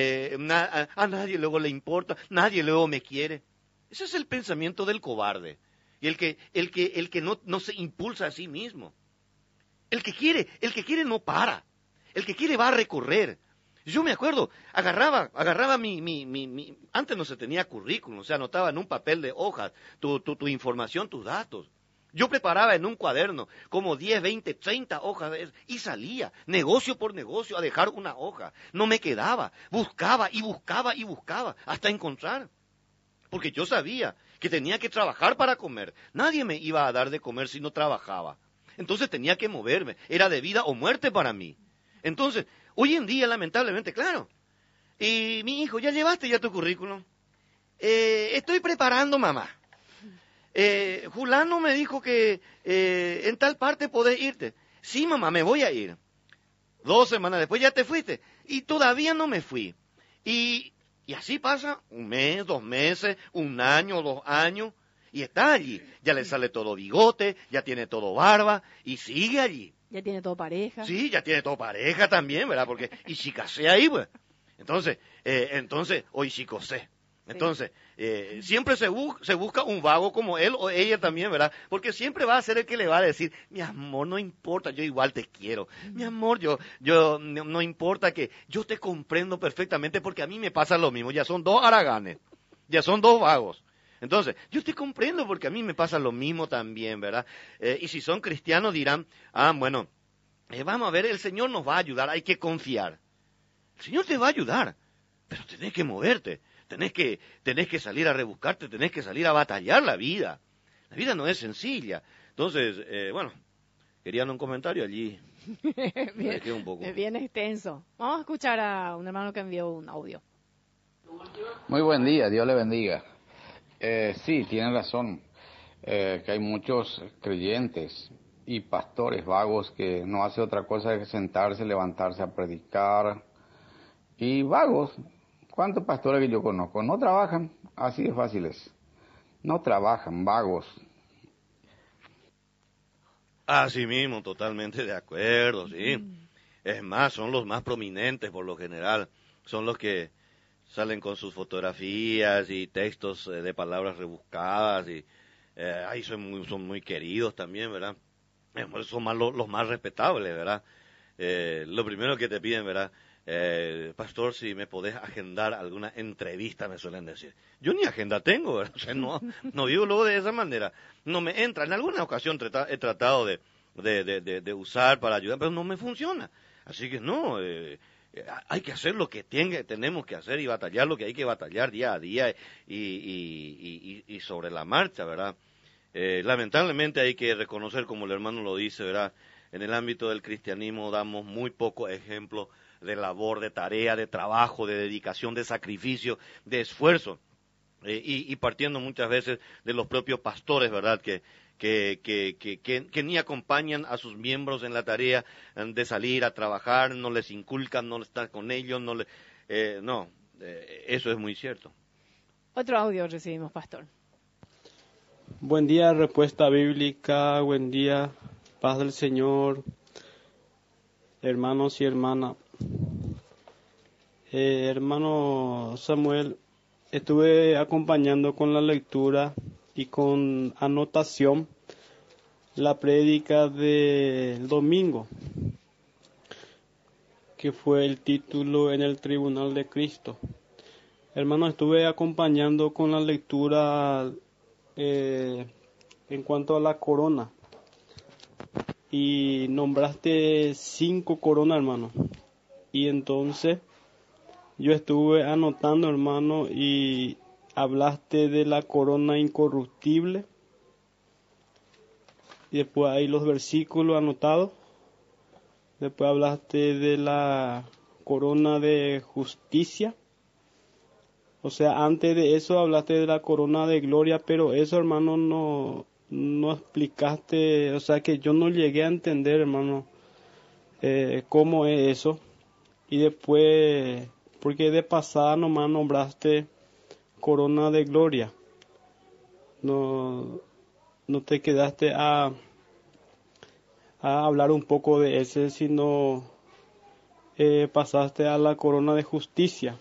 a nadie luego le importa, nadie luego me quiere. Ese es el pensamiento del cobarde. Y el que no se impulsa a sí mismo. El que quiere no para. El que quiere va a recorrer. Yo me acuerdo, agarraba antes no se tenía currículum, o sea, anotaba en un papel de hojas tu información, tus datos. Yo preparaba en un cuaderno como 10, 20, 30 hojas y salía, negocio por negocio, a dejar una hoja. No me quedaba, buscaba y buscaba y buscaba hasta encontrar. Porque yo sabía que tenía que trabajar para comer. Nadie me iba a dar de comer si no trabajaba. Entonces tenía que moverme. Era de vida o muerte para mí. Entonces, hoy en día, lamentablemente, claro. Y mi hijo, ¿ya llevaste ya tu currículum? Estoy preparando, mamá. Julano me dijo que en tal parte podés irte. Sí, mamá, me voy a ir. 2 semanas después ya te fuiste. Y todavía no me fui. Y así pasa 1 mes, 2 meses, 1 año, 2 años. Y está allí. Ya le sale todo bigote, ya tiene todo barba y sigue allí. Ya tiene todo pareja. Sí, ya tiene todo pareja también, ¿verdad? Porque, y si casé ahí, pues. Entonces, hoy sí cosé. Entonces, siempre se busca un vago como él o ella también, ¿verdad? Porque siempre va a ser el que le va a decir, mi amor, no importa, yo igual te quiero. Mi amor, yo no importa que yo te comprendo perfectamente porque a mí me pasa lo mismo. Ya son 2 haraganes, ya son 2 vagos. Entonces, yo te comprendo porque a mí me pasa lo mismo también, ¿verdad? Y si son cristianos dirán, bueno, vamos a ver, el Señor nos va a ayudar, hay que confiar. El Señor te va a ayudar, pero tenés que moverte. Tenés que salir a rebuscarte, tenés que salir a batallar la vida. La vida no es sencilla. Entonces, querían un comentario allí. Bien, dejé un poco. bien extenso. Vamos a escuchar a un hermano que envió un audio. Muy buen día, Dios le bendiga. Sí, tienen razón, que hay muchos creyentes y pastores vagos que no hacen otra cosa que sentarse, levantarse a predicar. Y vagos, ¿cuántos pastores que yo conozco? No trabajan, así de fácil es. No trabajan, vagos. Así mismo, totalmente de acuerdo, sí. Es más, son los más prominentes por lo general. Son los que salen con sus fotografías y textos de palabras rebuscadas y ahí son muy queridos también, ¿verdad? Son más los más respetables, ¿verdad? Lo primero que te piden, ¿verdad? Pastor, si me podés agendar alguna entrevista, me suelen decir. Yo ni agenda tengo, ¿verdad? O sea, no vivo luego de esa manera. No me entra. En alguna ocasión he tratado de usar para ayudar, pero no me funciona. Así que no, hay que hacer lo que tenemos que hacer y batallar lo que hay que batallar día a día y sobre la marcha, ¿verdad? Lamentablemente hay que reconocer, como el hermano lo dice, ¿verdad? En el ámbito del cristianismo damos muy poco ejemplo de labor, de tarea, de trabajo, de dedicación, de sacrificio, de esfuerzo, y partiendo muchas veces de los propios pastores, ¿verdad? Que ni acompañan a sus miembros en la tarea de salir a trabajar, no les inculcan, no están con ellos, eso es muy cierto. Otro audio recibimos, pastor. Buen día, respuesta bíblica, buen día, paz del Señor, hermanos y hermanas. Hermano Samuel, estuve acompañando con la lectura y con anotación la prédica del domingo, que fue el título En el Tribunal de Cristo. Hermano, estuve acompañando con la lectura en cuanto a la corona, y nombraste 5 coronas, hermano, y entonces yo estuve anotando, hermano, y hablaste de la corona incorruptible, y después hay los versículos anotados. Después hablaste de la corona de justicia. O sea, antes de eso hablaste de la corona de gloria, pero eso, hermano, no explicaste. O sea, que yo no llegué a entender, hermano, cómo es eso. Y después, porque de pasada nomás nombraste corona de gloria. No te quedaste a hablar un poco de ese, sino pasaste a la corona de justicia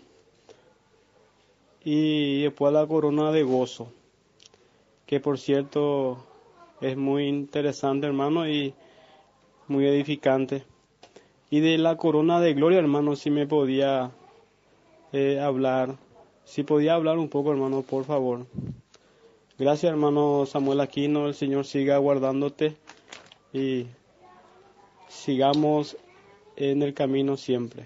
y después a la corona de gozo, que por cierto es muy interesante, hermano, y muy edificante. Y de la corona de gloria, hermano, si me podía hablar. Si podía hablar un poco, hermano, por favor. Gracias, hermano Samuel Aquino. El Señor siga guardándote y sigamos en el camino siempre.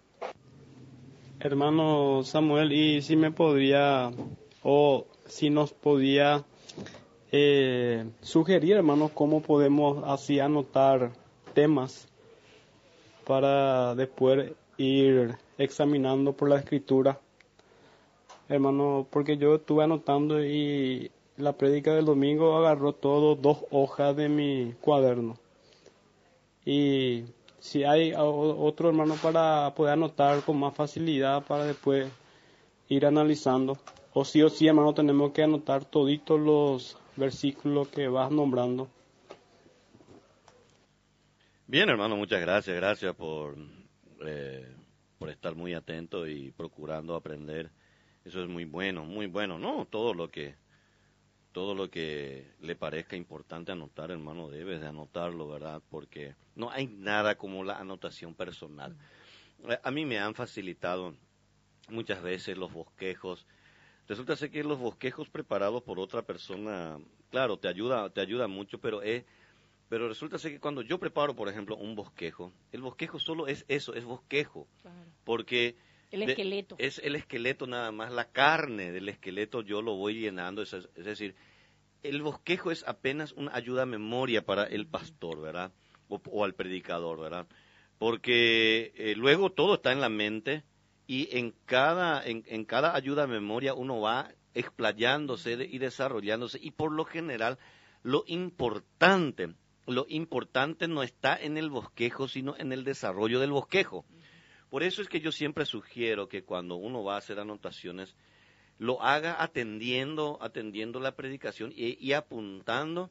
Hermano Samuel, y si me podría, o si nos podía sugerir, hermano, cómo podemos así anotar temas para después ir examinando por la escritura. Hermano, porque yo estuve anotando y la prédica del domingo agarró todo 2 hojas de mi cuaderno. Y si hay otro hermano para poder anotar con más facilidad para después ir analizando. O sí, hermano, tenemos que anotar toditos los versículos que vas nombrando. Bien, hermano, muchas gracias. Gracias por estar muy atento y procurando aprender. Eso es muy bueno, muy bueno. No, todo lo que le parezca importante anotar, hermano, debes de anotarlo, ¿verdad? Porque no hay nada como la anotación personal. A mí me han facilitado muchas veces los bosquejos. Resulta ser que los bosquejos preparados por otra persona, claro, te ayuda mucho, pero resulta ser que cuando yo preparo, por ejemplo, un bosquejo, el bosquejo solo es eso, es bosquejo, claro. Porque el esqueleto. Es el esqueleto nada más, la carne del esqueleto yo lo voy llenando, es decir, el bosquejo es apenas una ayuda a memoria para el pastor, ¿verdad? O al predicador, ¿verdad? Porque luego todo está en la mente y en cada ayuda a memoria uno va explayándose y desarrollándose, y por lo general lo importante no está en el bosquejo, sino en el desarrollo del bosquejo. Por eso es que yo siempre sugiero que cuando uno va a hacer anotaciones, lo haga atendiendo la predicación y apuntando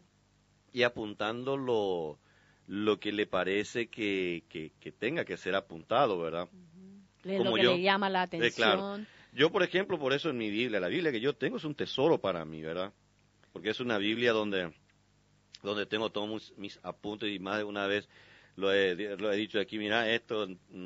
lo que le parece que tenga que ser apuntado, ¿verdad? Como lo que le llama la atención. Claro. Yo, por ejemplo, por eso en mi Biblia, la Biblia que yo tengo es un tesoro para mí, ¿verdad? Porque es una Biblia donde tengo todos mis apuntes, y más de una vez lo he dicho aquí. Mira, esto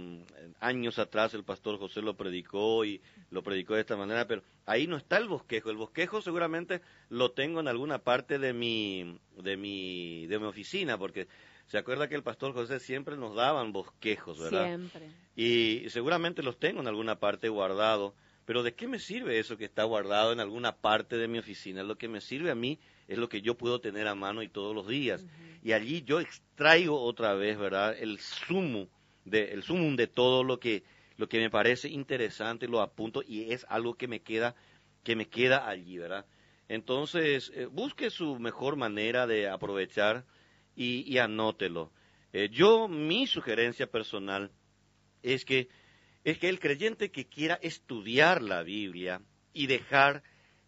años atrás el pastor José lo predicó de esta manera, pero ahí no está el bosquejo seguramente lo tengo en alguna parte de mi oficina, porque se acuerda que el pastor José siempre nos daban bosquejos, ¿verdad? Siempre. Y seguramente los tengo en alguna parte guardado, pero ¿de qué me sirve eso que está guardado en alguna parte de mi oficina? Lo que me sirve a mí es lo que yo puedo tener a mano y todos los días. Uh-huh. Y allí yo extraigo otra vez, ¿verdad? El sumum de todo lo que me parece interesante, lo apunto y es algo que me queda allí, ¿verdad? Entonces, busque su mejor manera de aprovechar y anótelo. Mi sugerencia personal es que el creyente que quiera estudiar la Biblia y dejar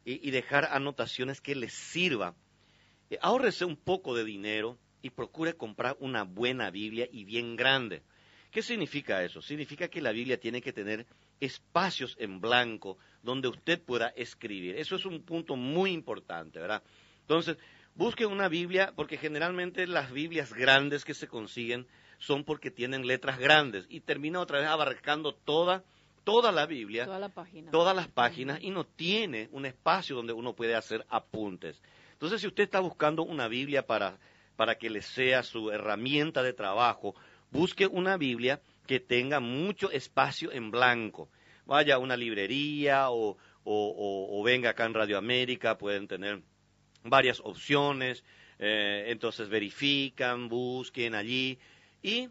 anotaciones que les sirva, ahórrese un poco de dinero y procure comprar una buena Biblia y bien grande. ¿Qué significa eso? Significa que la Biblia tiene que tener espacios en blanco donde usted pueda escribir. Eso es un punto muy importante, ¿verdad? Entonces, busque una Biblia, porque generalmente las Biblias grandes que se consiguen son porque tienen letras grandes y termina otra vez abarcando toda la Biblia, todas las páginas, y no tiene un espacio donde uno puede hacer apuntes. Entonces, si usted está buscando una Biblia para que le sea su herramienta de trabajo, busque una Biblia que tenga mucho espacio en blanco. Vaya a una librería o venga acá en Radio América, pueden tener varias opciones, entonces verifican, busquen allí, y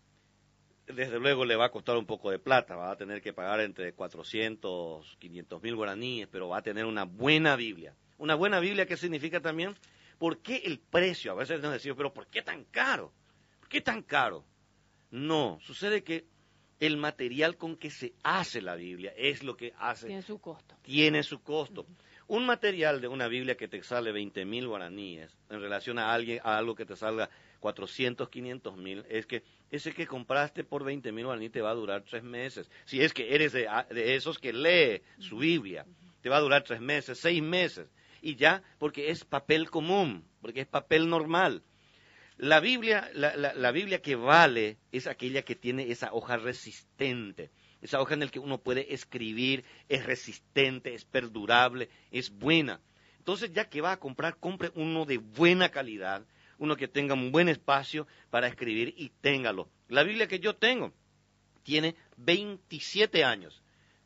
desde luego le va a costar un poco de plata, va a tener que pagar entre 400, 500 mil guaraníes, pero va a tener una buena Biblia. Una buena Biblia, ¿qué significa también? ¿Por qué el precio? A veces nos decimos, pero ¿por qué tan caro? ¿Por qué tan caro? No, sucede que el material con que se hace la Biblia es lo que hace. Tiene su costo. Tiene su costo. Uh-huh. Un material de una Biblia que te sale 20 mil guaraníes en relación a algo que te salga 400, 500 mil, es que ese que compraste por 20 mil guaraníes te va a durar 3 meses. Si es que eres de esos que lee su Biblia, te va a durar 3 meses, 6 meses. Y ya, porque es papel común, porque es papel normal. la Biblia que vale es aquella que tiene esa hoja resistente, esa hoja en la que uno puede escribir, es resistente, es perdurable, es buena. Entonces, ya que va a comprar, compre uno de buena calidad, uno que tenga un buen espacio para escribir y téngalo. La Biblia que yo tengo tiene 27 años.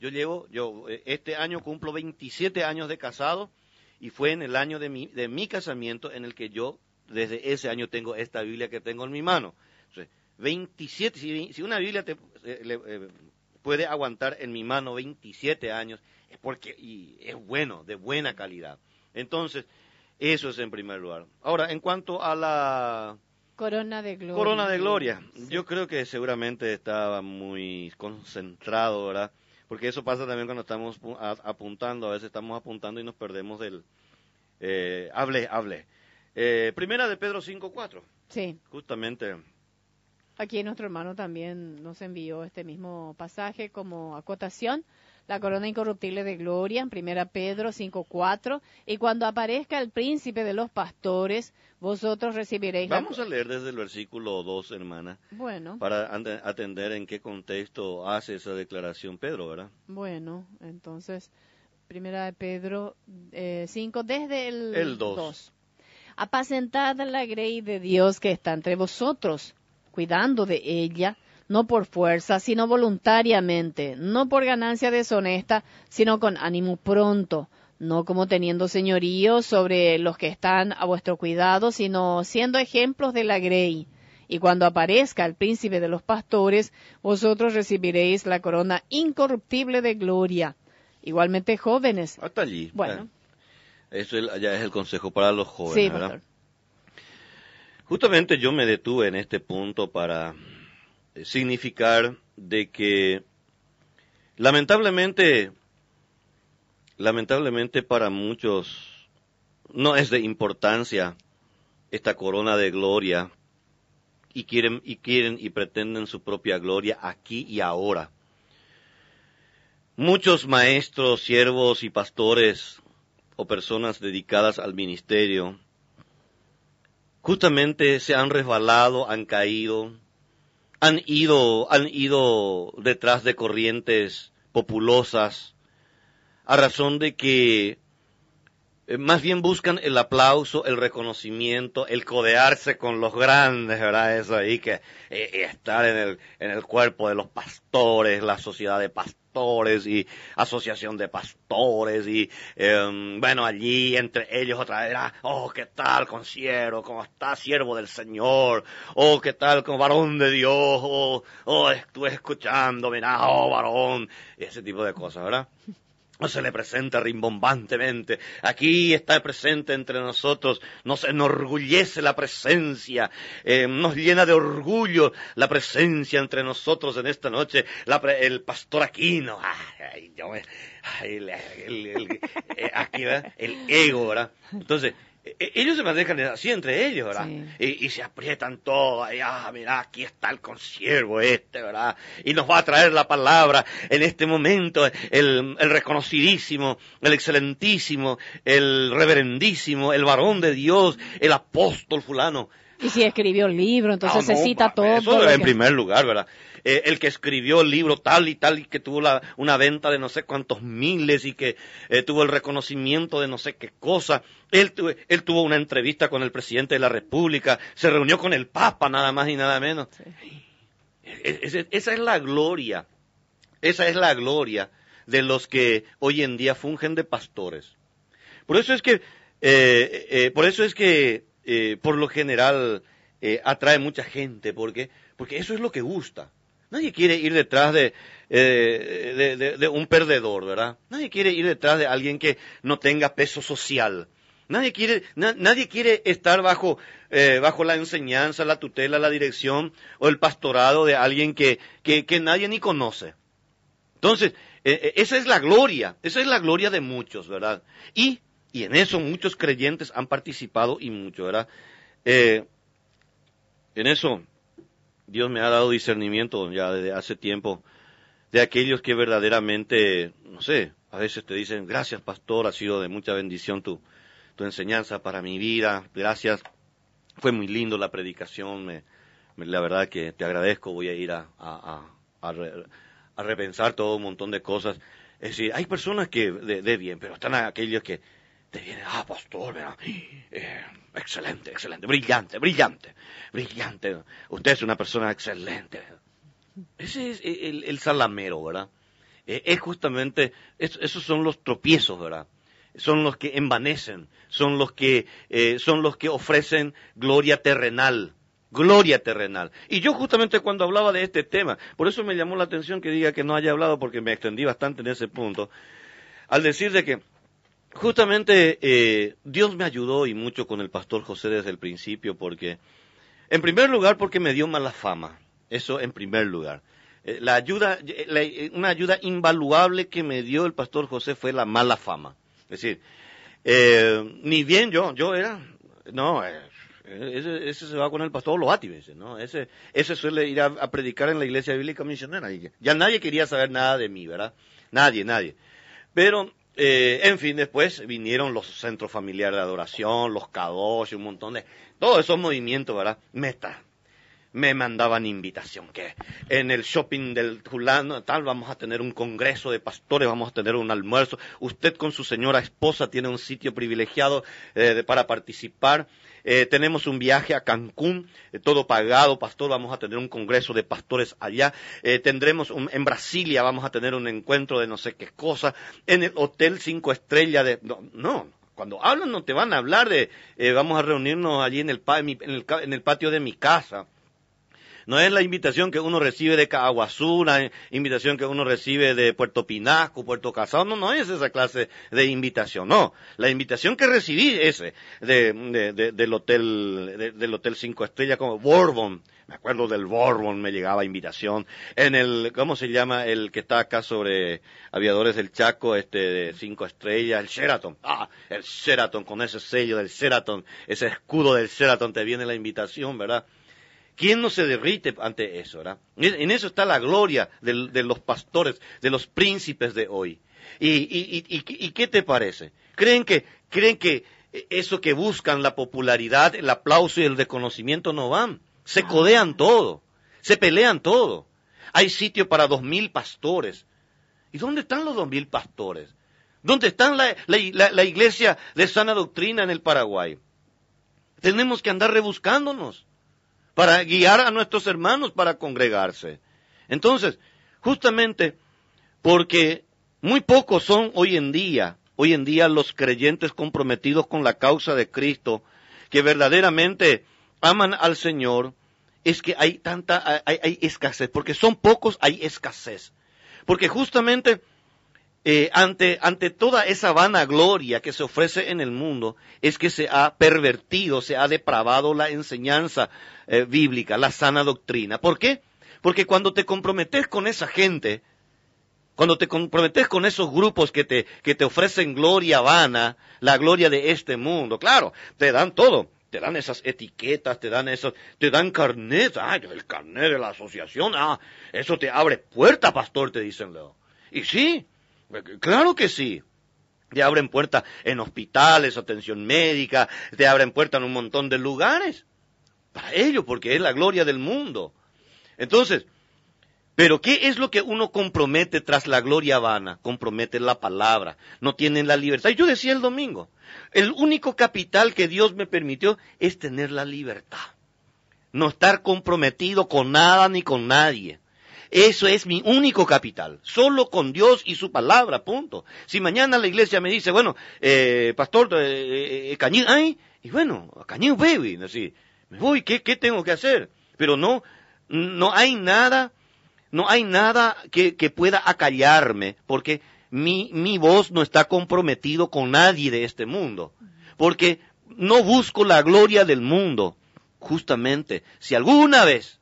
Este año cumplo 27 años de casado y fue en el año de mi casamiento en el que yo, desde ese año, tengo esta Biblia que tengo en mi mano. Entonces, 27, si una Biblia puede aguantar en mi mano 27 años, es porque y es bueno, de buena calidad. Entonces, eso es en primer lugar. Ahora, en cuanto a la Corona de Gloria. Corona de Gloria, Sí. yo creo que seguramente estaba muy concentrado, ¿verdad? Porque eso pasa también cuando estamos apuntando, a veces estamos apuntando y nos perdemos del... Hablé. Primera de Pedro 5:4. Sí. Justamente. Aquí nuestro hermano también nos envió este mismo pasaje como acotación. La corona incorruptible de gloria, en 1 Pedro 5:4. Y cuando aparezca el príncipe de los pastores, vosotros recibiréis... Vamos a leer desde el versículo 2, hermana. Bueno. Para atender en qué contexto hace esa declaración Pedro, ¿verdad? Bueno, entonces, 1 Pedro 5, desde el 2. Apacentad la grey de Dios que está entre vosotros, cuidando de ella, no por fuerza, sino voluntariamente, no por ganancia deshonesta, sino con ánimo pronto, no como teniendo señorío sobre los que están a vuestro cuidado, sino siendo ejemplos de la grey. Y cuando aparezca el príncipe de los pastores, vosotros recibiréis la corona incorruptible de gloria. Igualmente jóvenes. Hasta allí. Bueno. Eso ya es el consejo para los jóvenes, Sí, ¿verdad? pastor. Justamente yo me detuve en este punto para significar de que lamentablemente para muchos no es de importancia esta corona de gloria y quieren y pretenden su propia gloria aquí y ahora. Muchos maestros, siervos y pastores o personas dedicadas al ministerio justamente se han resbalado, han caído, han ido detrás de corrientes populosas a razón de que más bien buscan el aplauso, el reconocimiento, el codearse con los grandes, ¿verdad? Eso ahí que estar en el cuerpo de los pastores, la sociedad de pastores y asociación de pastores y bueno, allí entre ellos otra vez, oh, ¿qué tal consiervo? ¿Cómo está siervo del Señor? Oh, ¿qué tal como varón de Dios? Oh, estuve escuchando, mirá, oh, varón, ese tipo de cosas, ¿verdad? No se le presenta rimbombantemente. Aquí está presente entre nosotros. Nos enorgullece la presencia. Nos llena de orgullo la presencia entre nosotros en esta noche. El pastor Aquino. Aquí, ¿verdad? El ego, ¿verdad? Entonces, ellos se manejan así entre ellos, ¿verdad? Sí. Y se aprietan todos, mirá, aquí está el consiervo ¿verdad? Y nos va a traer la palabra en este momento, el reconocidísimo, el excelentísimo, el reverendísimo, el varón de Dios, el apóstol fulano. Y si escribió el libro, entonces se cita todo. Eso en primer lugar, ¿verdad? El que escribió el libro tal y que tuvo una venta de no sé cuántos miles y que tuvo el reconocimiento de no sé qué cosa. Él tuvo una entrevista con el presidente de la República, se reunió con el Papa, nada más y nada menos. Sí. Esa es la gloria. Esa es la gloria de los que hoy en día fungen de pastores. Por eso es que por lo general atrae mucha gente, porque eso es lo que gusta. Nadie quiere ir detrás de un perdedor, ¿verdad? Nadie quiere ir detrás de alguien que no tenga peso social. Nadie quiere estar bajo la enseñanza, la tutela, la dirección o el pastorado de alguien que nadie ni conoce. Entonces, esa es la gloria de muchos, ¿verdad? Y en eso muchos creyentes han participado y mucho, ¿verdad? En eso Dios me ha dado discernimiento ya desde hace tiempo de aquellos que verdaderamente, no sé, a veces te dicen, gracias pastor, ha sido de mucha bendición tu enseñanza para mi vida, gracias Fue muy lindo la predicación, la verdad que te agradezco, voy a ir a repensar todo un montón de cosas. Es decir, hay personas que de bien, pero están aquellos que te vienen, pastor, ¿verdad? Excelente, excelente, brillante, brillante, brillante. Usted es una persona excelente. Ese es el salamero, ¿verdad? Es justamente, esos son los tropiezos, ¿verdad? Son los que envanecen, son los que ofrecen gloria terrenal. Gloria terrenal. Y yo justamente cuando hablaba de este tema, por eso me llamó la atención que diga que no haya hablado, porque me extendí bastante en ese punto, al decir de que justamente Dios me ayudó y mucho con el pastor José desde el principio, porque, en primer lugar, porque me dio mala fama. Eso en primer lugar. Una ayuda invaluable que me dio el pastor José fue la mala fama. Es decir, ni bien yo era, no, ese se va con el pastor Loati, ¿no? Ese suele ir a predicar en la iglesia bíblica misionera. Y ya nadie quería saber nada de mí, ¿verdad? Nadie. Pero, en fin, después vinieron los centros familiares de adoración, los Kadosh, un montón de, todos esos movimientos, ¿verdad? Me mandaban invitación, que en el shopping del fulano tal vamos a tener un congreso de pastores, vamos a tener un almuerzo, usted con su señora esposa tiene un sitio privilegiado para participar, tenemos un viaje a Cancún, todo pagado, pastor, vamos a tener un congreso de pastores allá, tendremos en Brasilia vamos a tener un encuentro de no sé qué cosa, en el Hotel 5 Estrellas de... No. Cuando hablan no te van a hablar de vamos a reunirnos allí en el patio de mi casa. No es la invitación que uno recibe de Caguazú, la invitación que uno recibe de Puerto Pinasco, Puerto Casado, no es esa clase de invitación, no. La invitación que recibí es del Hotel 5 Estrellas como Bourbon. Me acuerdo del Bourbon, me llegaba invitación. En el, ¿cómo se llama? El que está acá sobre Aviadores del Chaco, de 5 Estrellas, el Sheraton. El Sheraton, con ese sello del Sheraton, ese escudo del Sheraton, te viene la invitación, ¿verdad? ¿Quién no se derrite ante eso, verdad? En eso está la gloria de los pastores, de los príncipes de hoy. ¿Y qué te parece? ¿Creen que eso que buscan, la popularidad, el aplauso y el reconocimiento no van? Se codean todo, se pelean todo. Hay sitio para 2,000 pastores. ¿Y dónde están los 2,000 pastores? ¿Dónde están la iglesia de sana doctrina en el Paraguay? Tenemos que andar rebuscándonos para guiar a nuestros hermanos para congregarse. Entonces, justamente porque muy pocos son hoy en día los creyentes comprometidos con la causa de Cristo, que verdaderamente aman al Señor, es que hay escasez, porque son pocos, hay escasez. Porque justamente ante toda esa vanagloria que se ofrece en el mundo, es que se ha pervertido, se ha depravado la enseñanza bíblica, la sana doctrina. ¿Por qué? Porque cuando te comprometes con esa gente, cuando te comprometes con esos grupos que te ofrecen gloria vana, la gloria de este mundo, claro, te dan todo. Te dan esas etiquetas, te dan carnet, el carnet de la asociación, eso te abre puerta, pastor, te dicen luego. Y sí, claro que sí. Te abren puertas en hospitales, atención médica, te abren puertas en un montón de lugares. Para ello, porque es la gloria del mundo. Entonces, pero ¿qué es lo que uno compromete tras la gloria vana? Compromete la palabra, no tienen la libertad. Y yo decía el domingo, el único capital que Dios me permitió es tener la libertad. No estar comprometido con nada ni con nadie. Eso es mi único capital, solo con Dios y su palabra, punto. Si mañana la iglesia me dice, bueno, pastor, Cañín, y bueno, Cañín, baby, así, me voy, ¿qué tengo que hacer? Pero no hay nada que pueda acallarme, porque mi voz no está comprometido con nadie de este mundo, porque no busco la gloria del mundo. Justamente, si alguna vez,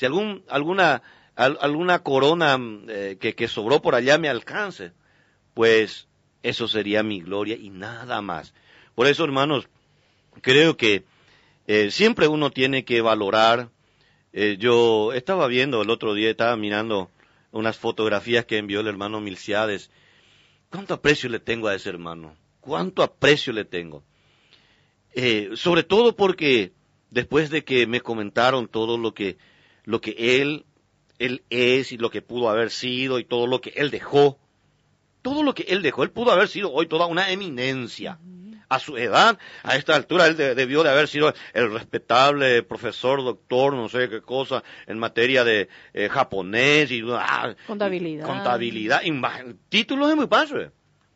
alguna corona que sobró por allá me alcance, pues eso sería mi gloria y nada más. Por eso, hermanos, creo que siempre uno tiene que valorar. Yo estaba viendo el otro día, estaba mirando unas fotografías que envió el hermano Milciades. ¿Cuánto aprecio le tengo a ese hermano? ¿Cuánto aprecio le tengo? Sobre todo porque después de que me comentaron todo lo que él es y lo que pudo haber sido y todo lo que él dejó, él pudo haber sido hoy toda una eminencia. A su edad, a esta altura, él debió de haber sido el respetable profesor, doctor, no sé qué cosa, en materia de japonés y contabilidad. Títulos de muy padre.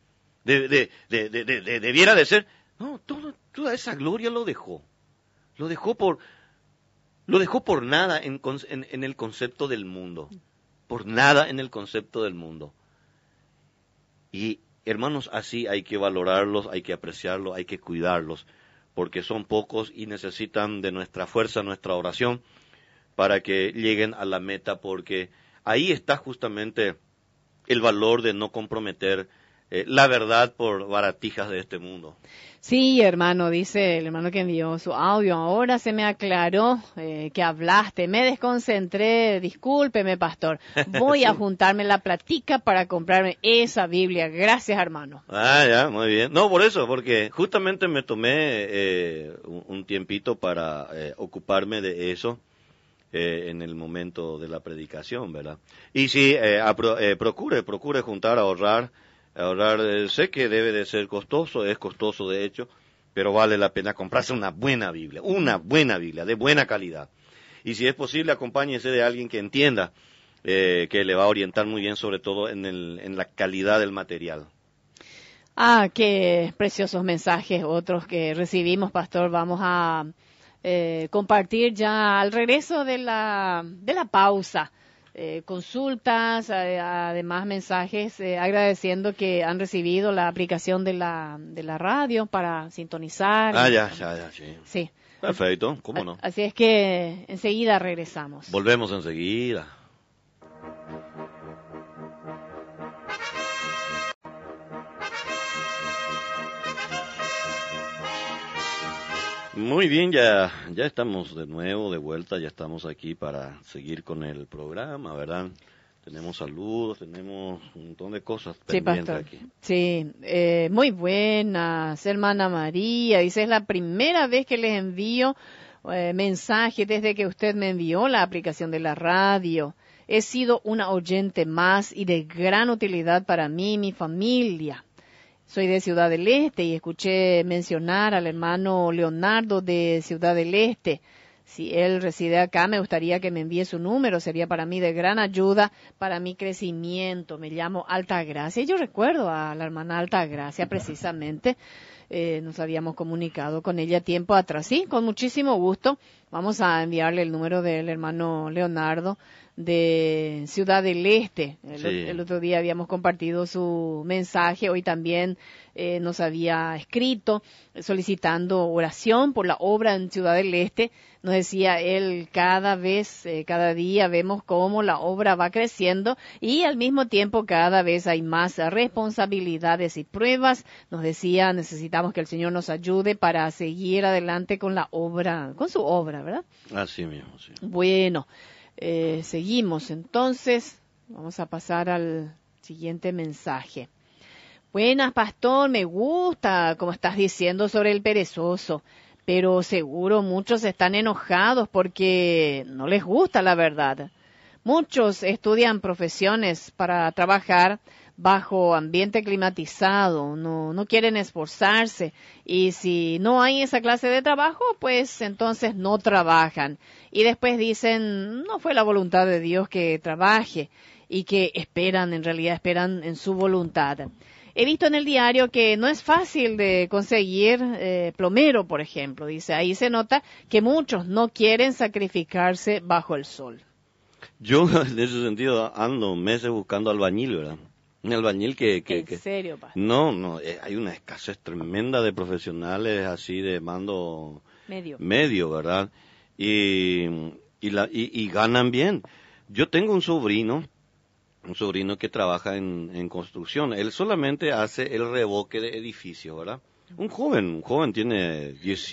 Debiera de ser. No, toda esa gloria lo dejó. Lo dejó por nada en el concepto del mundo. Por nada en el concepto del mundo. Y hermanos, así hay que valorarlos, hay que apreciarlos, hay que cuidarlos, porque son pocos y necesitan de nuestra fuerza, nuestra oración, para que lleguen a la meta, porque ahí está justamente el valor de no comprometer la verdad por baratijas de este mundo. Sí, hermano, dice el hermano que envió su audio. Ahora se me aclaró que hablaste. Me desconcentré. Discúlpeme, pastor. Voy Sí. a juntarme la platica para comprarme esa Biblia. Gracias, hermano. Ah, ya, muy bien. No, por eso, porque justamente me tomé un tiempito para ocuparme de eso en el momento de la predicación, ¿verdad? Y sí, procure juntar, ahorrar. Sé que debe de ser costoso, es costoso de hecho, pero vale la pena comprarse una buena Biblia, de buena calidad. Y si es posible, acompáñese de alguien que entienda, que le va a orientar muy bien, sobre todo en la calidad del material. Ah, qué preciosos mensajes otros que recibimos, pastor. Vamos a compartir ya al regreso de la pausa. Consultas, además mensajes agradeciendo que han recibido la aplicación de la radio para sintonizar. Ah, ya, sí. Sí. Perfecto, ¿cómo no? Así es que enseguida regresamos. Volvemos enseguida. Muy bien, ya estamos de nuevo, de vuelta, ya estamos aquí para seguir con el programa, ¿verdad? Tenemos saludos, tenemos un montón de cosas pendientes pastor. aquí. Sí, muy buenas, hermana María. Dice, es la primera vez que les envío mensaje desde que usted me envió la aplicación de la radio. He sido una oyente más y de gran utilidad para mí y mi familia. Soy de Ciudad del Este y escuché mencionar al hermano Leonardo de Ciudad del Este. Si él reside acá, me gustaría que me envíe su número. Sería para mí de gran ayuda para mi crecimiento. Me llamo Altagracia. Y yo recuerdo a la hermana Altagracia precisamente. Nos habíamos comunicado con ella tiempo atrás. Sí, con muchísimo gusto. Vamos a enviarle el número del hermano Leonardo de Ciudad del Este. El otro día habíamos compartido su mensaje, hoy también nos había escrito solicitando oración por la obra en Ciudad del Este. Nos decía él, cada día vemos cómo la obra va creciendo y al mismo tiempo cada vez hay más responsabilidades y pruebas. Nos decía, necesitamos que el Señor nos ayude para seguir adelante con la obra, con su obra, ¿verdad? Así mismo, sí. Bueno, seguimos entonces, vamos a pasar al siguiente mensaje. Buenas, pastor, me gusta como estás diciendo sobre el perezoso, pero seguro muchos están enojados porque no les gusta la verdad. Muchos estudian profesiones para trabajar bajo ambiente climatizado, no quieren esforzarse y si no hay esa clase de trabajo, pues entonces no trabajan. Y después dicen, no fue la voluntad de Dios que trabaje y que en realidad esperan en su voluntad. He visto en el diario que no es fácil de conseguir plomero, por ejemplo. Dice, ahí se nota que muchos no quieren sacrificarse bajo el sol. Yo, en ese sentido, ando meses buscando albañil, ¿verdad? Un albañil ¿En serio, pastor? No, hay una escasez tremenda de profesionales así de mando medio, ¿verdad? Y ganan bien. Yo tengo un sobrino que trabaja en construcción. Él solamente hace el revoque de edificios, ¿verdad? Un joven tiene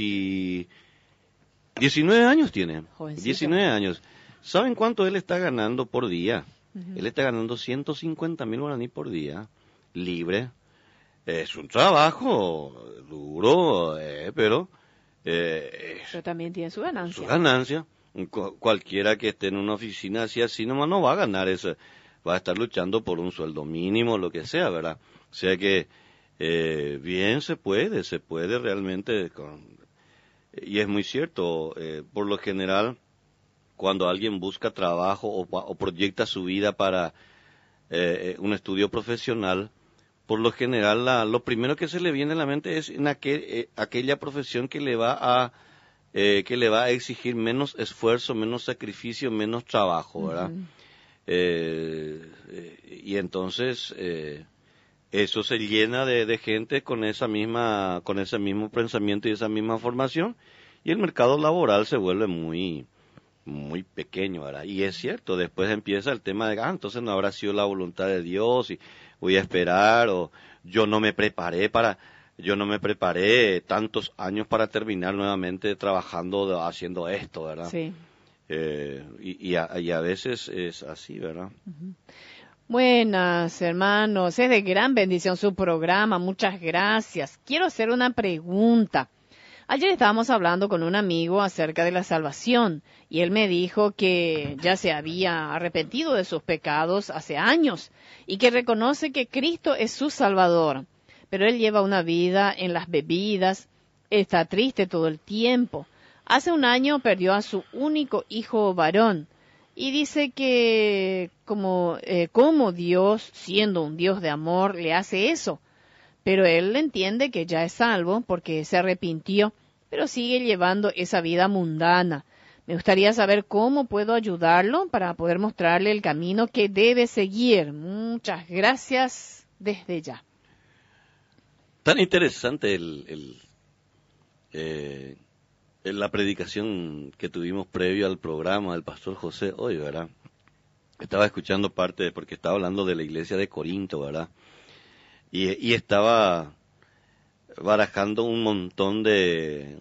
19 años tiene. Jovencito. 19 años. ¿Saben cuánto él está ganando por día? Él está ganando 150,000 guaraní por día, libre. Es un trabajo duro, pero Pero también tiene su ganancia. Su ganancia. Cualquiera que esté en una oficina así nomás no va a ganar eso. Va a estar luchando por un sueldo mínimo, lo que sea, ¿verdad? O sea que bien se puede realmente. Y es muy cierto, por lo general, cuando alguien busca trabajo o proyecta su vida para un estudio profesional, por lo general lo primero que se le viene a la mente es en aquella profesión que le va a exigir menos esfuerzo, menos sacrificio, menos trabajo, ¿verdad? Y entonces eso se llena de gente con ese mismo pensamiento y esa misma formación, y el mercado laboral se vuelve muy muy pequeño, ¿verdad? Y es cierto, después empieza el tema de, entonces no habrá sido la voluntad de Dios y voy a esperar, o yo no me preparé tantos años para terminar nuevamente trabajando, haciendo esto, ¿verdad? Sí. Y a veces es así, ¿verdad? Buenas, hermanos, es de gran bendición su programa, muchas gracias. Quiero hacer una pregunta. Ayer estábamos hablando con un amigo acerca de la salvación y él me dijo que ya se había arrepentido de sus pecados hace años y que reconoce que Cristo es su Salvador, pero él lleva una vida en las bebidas, está triste todo el tiempo. Hace un año perdió a su único hijo varón y dice que como Dios, siendo un Dios de amor, le hace eso. Pero él entiende que ya es salvo porque se arrepintió, pero sigue llevando esa vida mundana. Me gustaría saber cómo puedo ayudarlo para poder mostrarle el camino que debe seguir. Muchas gracias desde ya. Tan interesante la predicación que tuvimos previo al programa del pastor José hoy, ¿verdad? Estaba escuchando porque estaba hablando de la iglesia de Corinto, ¿verdad? Y estaba barajando un montón de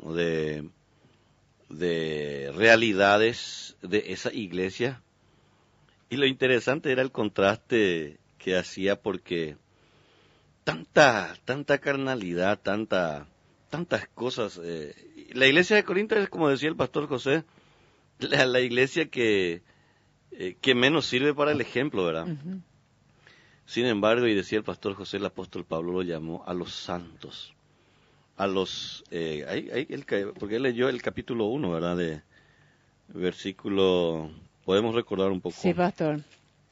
realidades de esa iglesia. Y lo interesante era el contraste que hacía, porque tanta carnalidad, tantas cosas. La iglesia de Corinto es, como decía el pastor José, la iglesia que menos sirve para el ejemplo, ¿verdad? Uh-huh. Sin embargo, y decía el pastor José, el apóstol Pablo lo llamó a los santos, porque él leyó el capítulo 1, ¿verdad? De versículo, ¿podemos recordar un poco? Sí, pastor.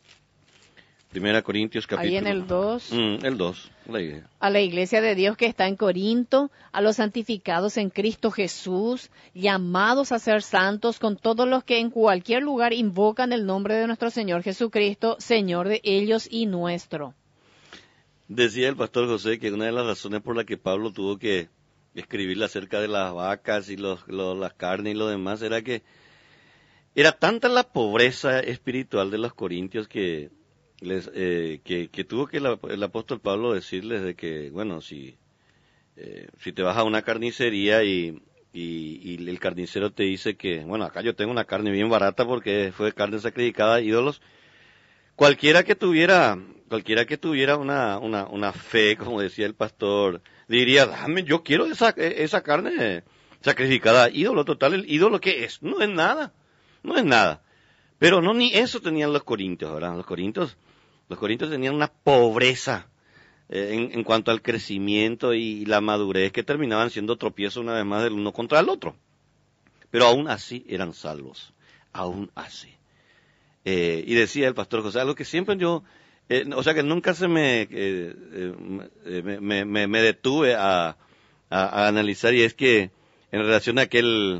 1 Corintios capítulo... Ahí en el 2. El 2. A la iglesia de Dios que está en Corinto, a los santificados en Cristo Jesús, llamados a ser santos, con todos los que en cualquier lugar invocan el nombre de nuestro Señor Jesucristo, Señor de ellos y nuestro. Decía el pastor José que una de las razones por la que Pablo tuvo que escribirle acerca de las vacas y las carnes y lo demás era que era tanta la pobreza espiritual de los corintios que tuvo que el apóstol Pablo decirles de que, bueno, si te vas a una carnicería y el carnicero te dice que, bueno, acá yo tengo una carne bien barata porque fue carne sacrificada a ídolos, cualquiera que tuviera una fe, como decía el pastor, diría, yo quiero esa carne sacrificada a ídolo. Total, el ídolo, ¿qué es? No es nada. Pero no, ni eso tenían los corintios, ¿verdad? Los corintios tenían una pobreza en cuanto al crecimiento y la madurez, que terminaban siendo tropiezos una vez más del uno contra el otro. Pero aún así eran salvos, aún así. Y decía el pastor José, algo que siempre yo, que nunca se me detuve a analizar, y es que en relación a aquel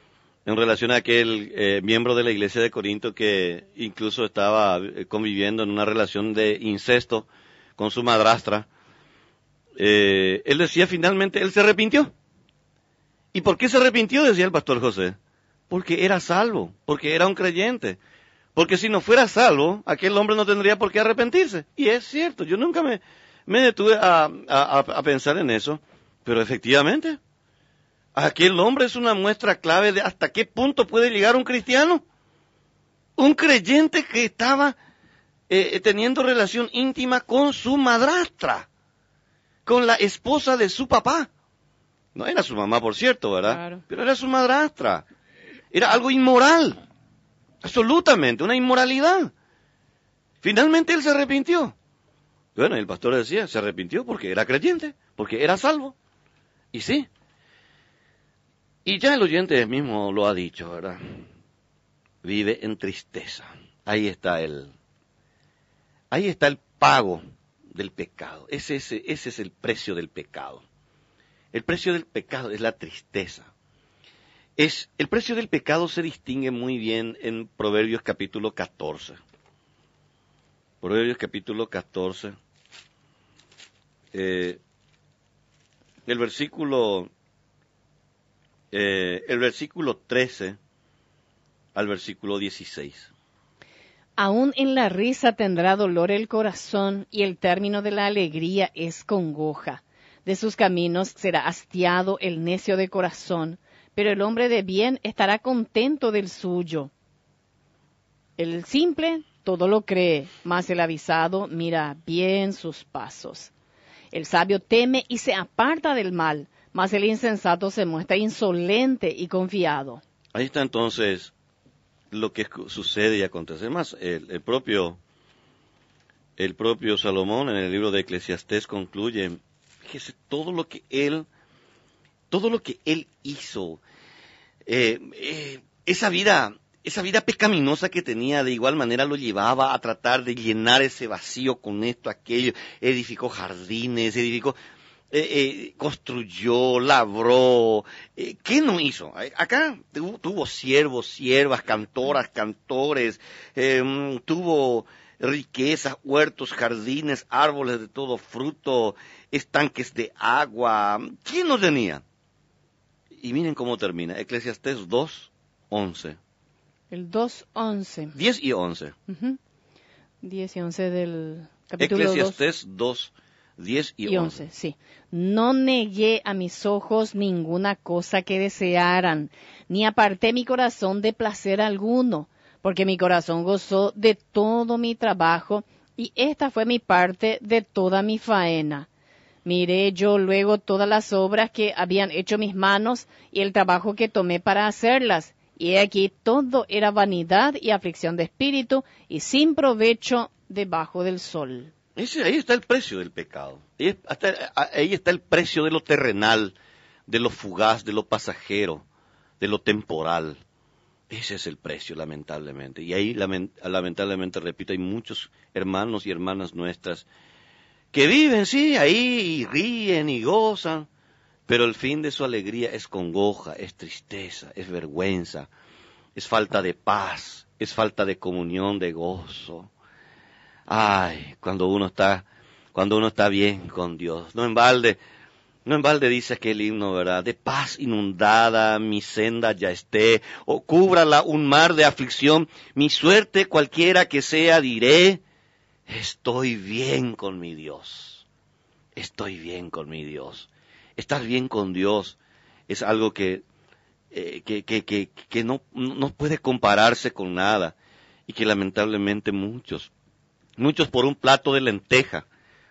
miembro de la iglesia de Corinto que incluso estaba conviviendo en una relación de incesto con su madrastra, él decía finalmente, él se arrepintió. ¿Y por qué se arrepintió? Decía el pastor José. Porque era salvo, porque era un creyente. Porque si no fuera salvo, aquel hombre no tendría por qué arrepentirse. Y es cierto, yo nunca me detuve a pensar en eso, pero efectivamente, aquel hombre es una muestra clave de hasta qué punto puede llegar un cristiano. Un creyente que estaba teniendo relación íntima con su madrastra, con la esposa de su papá. No era su mamá, por cierto, ¿verdad? Claro. Pero era su madrastra. Era algo inmoral. Absolutamente, una inmoralidad. Finalmente él se arrepintió. Bueno, el pastor decía, se arrepintió porque era creyente, porque era salvo. Y sí. Y ya el oyente mismo lo ha dicho, ¿verdad? Vive en tristeza. Ahí está el pago del pecado. Ese es el precio del pecado. El precio del pecado es la tristeza. El precio del pecado se distingue muy bien en Proverbios capítulo 14. Proverbios capítulo 14. El versículo 13 al versículo 16. Aún en la risa tendrá dolor el corazón, y el término de la alegría es congoja. De sus caminos será hastiado el necio de corazón, pero el hombre de bien estará contento del suyo. El simple todo lo cree, mas el avisado mira bien sus pasos. El sabio teme y se aparta del mal, mas el insensato se muestra insolente y confiado. Ahí está entonces lo que sucede y acontece. Más, el propio Salomón en el libro de Eclesiastés concluye, fíjese, todo lo que él hizo, esa vida pecaminosa que tenía, de igual manera lo llevaba a tratar de llenar ese vacío con esto, aquello, edificó jardines, construyó, labró. ¿Qué no hizo? Acá tuvo siervos, siervas, cantoras, cantores, tuvo riquezas, huertos, jardines, árboles de todo fruto, estanques de agua. ¿Quién no tenía? Y miren cómo termina. Eclesiastés 2:11. El 2:11. 10 y 11. 10 y 11 del capítulo 2. Eclesiastés 2, 10 y 11. Sí. No negué a mis ojos ninguna cosa que desearan, ni aparté mi corazón de placer alguno, porque mi corazón gozó de todo mi trabajo, y esta fue mi parte de toda mi faena. Miré yo luego todas las obras que habían hecho mis manos, y el trabajo que tomé para hacerlas, y aquí todo era vanidad y aflicción de espíritu, y sin provecho debajo del sol. Ahí está el precio del pecado. Ahí está el precio de lo terrenal, de lo fugaz, de lo pasajero, de lo temporal. Ese es el precio, lamentablemente. Y ahí, lamentablemente, repito, hay muchos hermanos y hermanas nuestras que viven, sí, ahí y ríen y gozan, pero el fin de su alegría es congoja, es tristeza, es vergüenza, es falta de paz, es falta de comunión, de gozo. Ay, cuando uno está bien con Dios. No en balde dice aquel himno, ¿verdad? De paz inundada mi senda ya esté, o cúbrala un mar de aflicción, mi suerte cualquiera que sea diré, estoy bien con mi Dios. Estoy bien con mi Dios. Estar bien con Dios es algo que no puede compararse con nada, y que lamentablemente muchos por un plato de lenteja,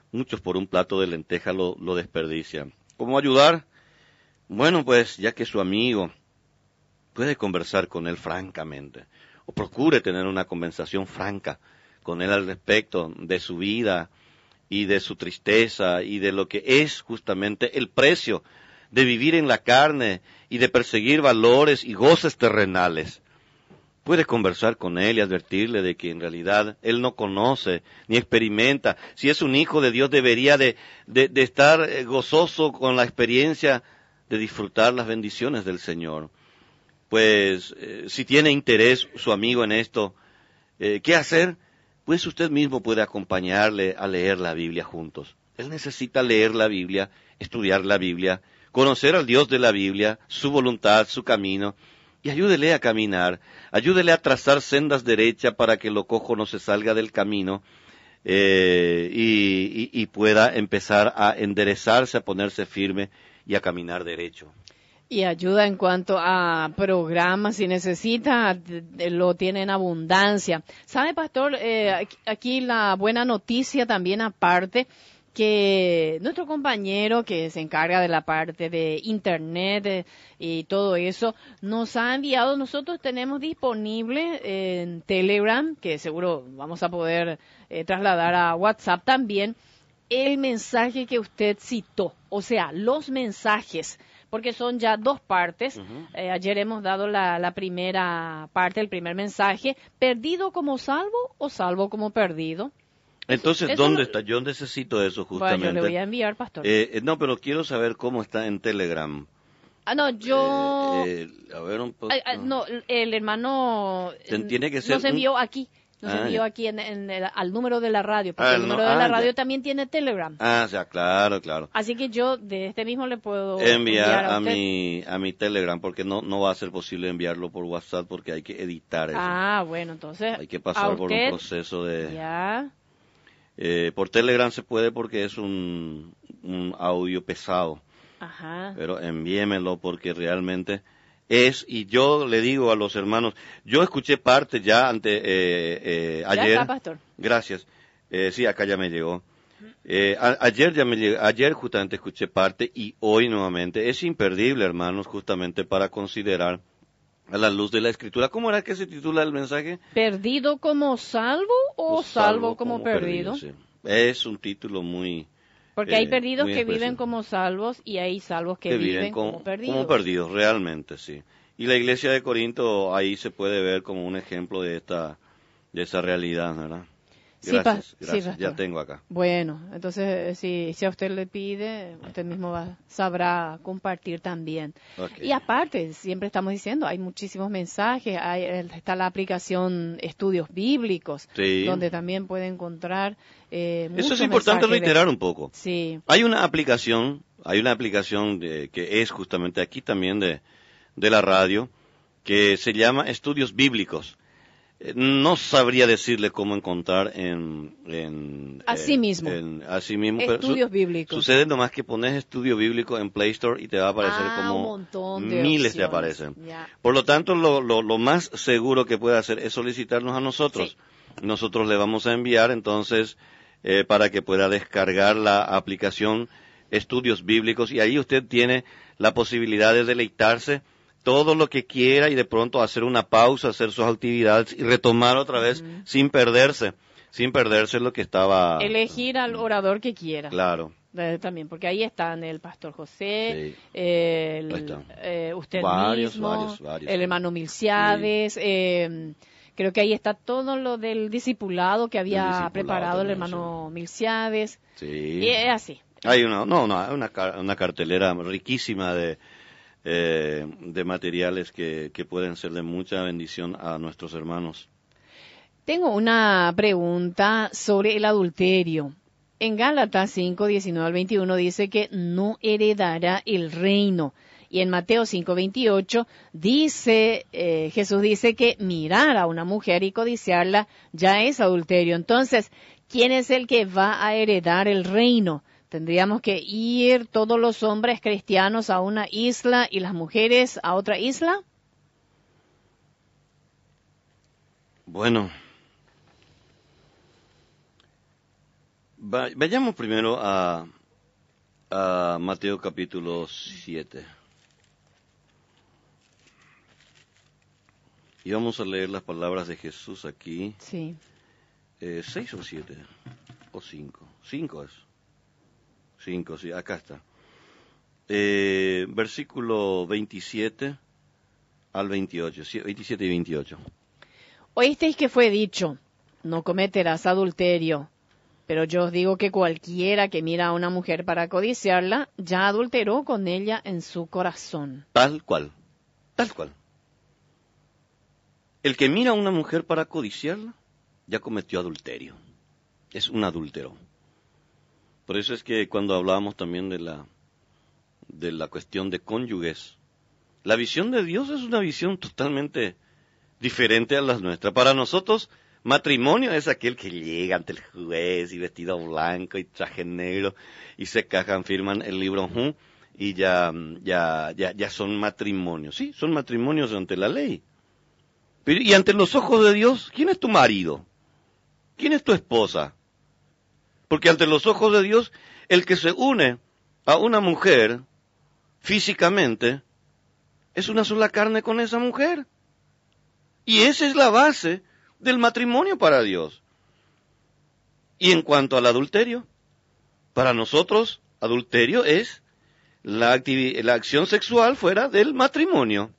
lo desperdician. ¿Cómo ayudar? Bueno, pues ya que su amigo puede conversar con él francamente, o procure tener una conversación franca con él al respecto de su vida y de su tristeza y de lo que es justamente el precio de vivir en la carne y de perseguir valores y goces terrenales. Puede conversar con él y advertirle de que en realidad él no conoce ni experimenta. Si es un hijo de Dios, debería de estar gozoso con la experiencia de disfrutar las bendiciones del Señor. Pues si tiene interés su amigo en esto, ¿qué hacer? Pues usted mismo puede acompañarle a leer la Biblia juntos. Él necesita leer la Biblia, estudiar la Biblia, conocer al Dios de la Biblia, su voluntad, su camino, y ayúdele a caminar, ayúdele a trazar sendas derechas para que lo cojo no se salga del camino y pueda empezar a enderezarse, a ponerse firme y a caminar derecho. Y ayuda en cuanto a programas, si necesita, lo tiene en abundancia. ¿Sabe, pastor? Aquí la buena noticia también aparte, que nuestro compañero que se encarga de la parte de internet y todo eso nos ha enviado. Nosotros tenemos disponible en Telegram, que seguro vamos a poder trasladar a WhatsApp también, el mensaje que usted citó, o sea, los mensajes, porque son ya dos partes. Ayer hemos dado la primera parte, el primer mensaje, perdido como salvo o salvo como perdido. Entonces, ¿dónde está? Yo necesito eso justamente. Bueno, yo le voy a enviar, pastor. No, pero quiero saber cómo está en Telegram. No, yo... A ver un poco. No, el hermano tiene que ser nos envió aquí. Nos envió aquí al número de la radio, porque el número de la radio también tiene Telegram. Ya, claro. Así que yo de este mismo le puedo enviar a usted. mi Telegram, porque no va a ser posible enviarlo por WhatsApp, porque hay que editar eso. Bueno, entonces... Hay que pasar por un proceso de... Ya. Por Telegram se puede porque es un audio pesado. Ajá. Pero envíemelo porque realmente es, y yo le digo a los hermanos, yo escuché parte ya ayer. Ya está, pastor. Gracias. Sí, acá ya me llegó. Ayer justamente escuché parte y hoy nuevamente. Es imperdible, hermanos, justamente para considerar a la luz de la Escritura. ¿Cómo era que se titula el mensaje? ¿Perdido como salvo o salvo como perdido? Sí. Es un título muy... Porque hay perdidos que expresivo. Viven como salvos y hay salvos que viven como perdidos. Como perdidos, realmente, sí. Y la iglesia de Corinto ahí se puede ver como un ejemplo de esa realidad, ¿verdad? Gracias. Sí, ya tengo acá. Bueno, entonces si a usted le pide, usted mismo sabrá compartir también. Okay. Y aparte, siempre estamos diciendo, hay muchísimos mensajes, está la aplicación Estudios Bíblicos, sí, donde también puede encontrar eso es importante reiterar un poco. Sí. Hay una aplicación que es justamente aquí también de la radio, que se llama Estudios Bíblicos. No sabría decirle cómo encontrar así mismo. Estudios Bíblicos. Sucede nomás que pones Estudio Bíblico en Play Store y te va a aparecer como un montón de miles opciones. te aparecen. Ya. Por lo tanto, lo más seguro que puede hacer es solicitarnos a nosotros. Sí. Nosotros le vamos a enviar entonces para que pueda descargar la aplicación Estudios Bíblicos y ahí usted tiene la posibilidad de deleitarse todo lo que quiera y de pronto hacer una pausa, hacer sus actividades y retomar otra vez sin perderse lo que estaba... Elegir al orador que quiera. Claro. También, porque ahí están el pastor José, sí. usted varios, mismo, varios, el hermano Milciades, sí. Creo que ahí está todo lo del discipulado que había preparado el hermano Milciades. Sí. Y es así. Hay una cartelera riquísima de materiales que pueden ser de mucha bendición a nuestros hermanos. Tengo una pregunta sobre el adulterio. En Gálatas 5, 19 al 21 dice que no heredará el reino. Y en Mateo 5, 28 dice, Jesús dice que mirar a una mujer y codiciarla ya es adulterio. Entonces, ¿quién es el que va a heredar el reino? ¿Tendríamos que ir todos los hombres cristianos a una isla y las mujeres a otra isla? Bueno, vayamos primero a Mateo capítulo 7. Y vamos a leer las palabras de Jesús aquí. Sí. 6 o 7, o 5. 5 es. 5, sí, acá está. Versículo 27 al 28, 27 y 28. Oísteis que fue dicho, no cometerás adulterio, pero yo os digo que cualquiera que mira a una mujer para codiciarla, ya adulteró con ella en su corazón. Tal cual. El que mira a una mujer para codiciarla, ya cometió adulterio. Es un adúltero. Por eso es que cuando hablábamos también de la cuestión de cónyuges, la visión de Dios es una visión totalmente diferente a las nuestras. Para nosotros, matrimonio es aquel que llega ante el juez y vestido blanco y traje negro y se cajan, firman el libro y ya son matrimonios. Sí, son matrimonios ante la ley. Pero, y ante los ojos de Dios, ¿quién es tu marido? ¿Quién es tu esposa? Porque ante los ojos de Dios, el que se une a una mujer físicamente es una sola carne con esa mujer. Y esa es la base del matrimonio para Dios. Y en cuanto al adulterio, para nosotros, adulterio es la acción sexual fuera del matrimonio.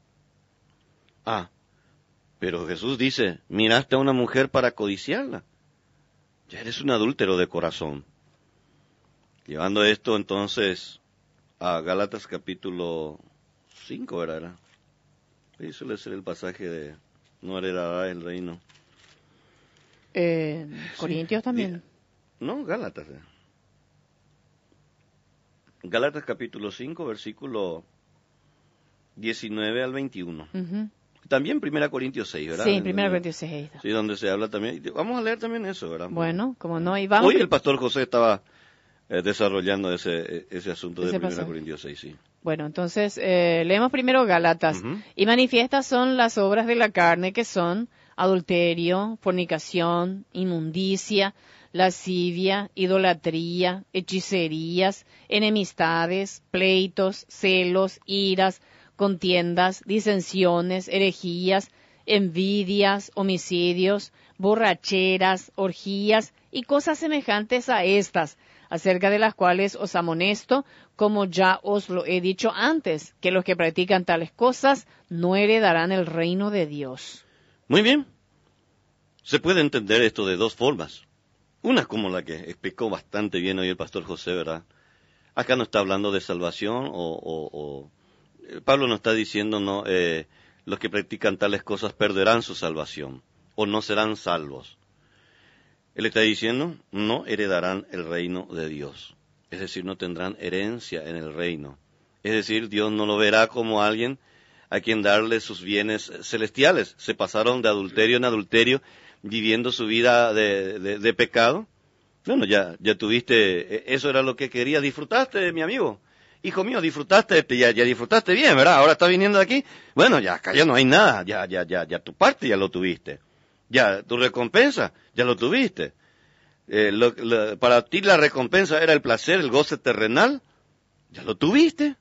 Pero Jesús dice, miraste a una mujer para codiciarla. Ya eres un adúltero de corazón. Llevando esto entonces a Gálatas capítulo 5, ¿verdad? Ahí suele ser el pasaje de no heredará el reino. Corintios también. No, Gálatas. Gálatas capítulo 5, versículo 19 al 21. Uh-huh. También 1 Corintios 6, ¿verdad? Sí, 1 Corintios 6. Sí, donde se habla también. Vamos a leer también eso, ¿verdad? Bueno, como no, y vamos. Hoy el pastor José estaba desarrollando ese asunto de 1 Corintios 6, sí. Bueno, entonces leemos primero Gálatas. Uh-huh. Y manifiestas son las obras de la carne, que son adulterio, fornicación, inmundicia, lascivia, idolatría, hechicerías, enemistades, pleitos, celos, iras, contiendas, disensiones, herejías, envidias, homicidios, borracheras, orgías y cosas semejantes a estas, acerca de las cuales os amonesto, como ya os lo he dicho antes, que los que practican tales cosas no heredarán el reino de Dios. Muy bien. Se puede entender esto de dos formas. Una como la que explicó bastante bien hoy el pastor José, ¿verdad? Acá no está hablando de salvación Pablo no está diciendo, no, los que practican tales cosas perderán su salvación o no serán salvos. Él está diciendo, no heredarán el reino de Dios. Es decir, no tendrán herencia en el reino. Es decir, Dios no lo verá como alguien a quien darle sus bienes celestiales. Se pasaron de adulterio en adulterio, viviendo su vida de pecado. Bueno, ya tuviste, eso era lo que querías, disfrutaste, mi amigo. Hijo mío, disfrutaste, ya disfrutaste bien, ¿verdad? Ahora estás viniendo de aquí. Bueno, ya acá ya no hay nada, ya tu parte ya lo tuviste. Ya tu recompensa, ya lo tuviste. Para ti la recompensa era el placer, el goce terrenal, ya lo tuviste.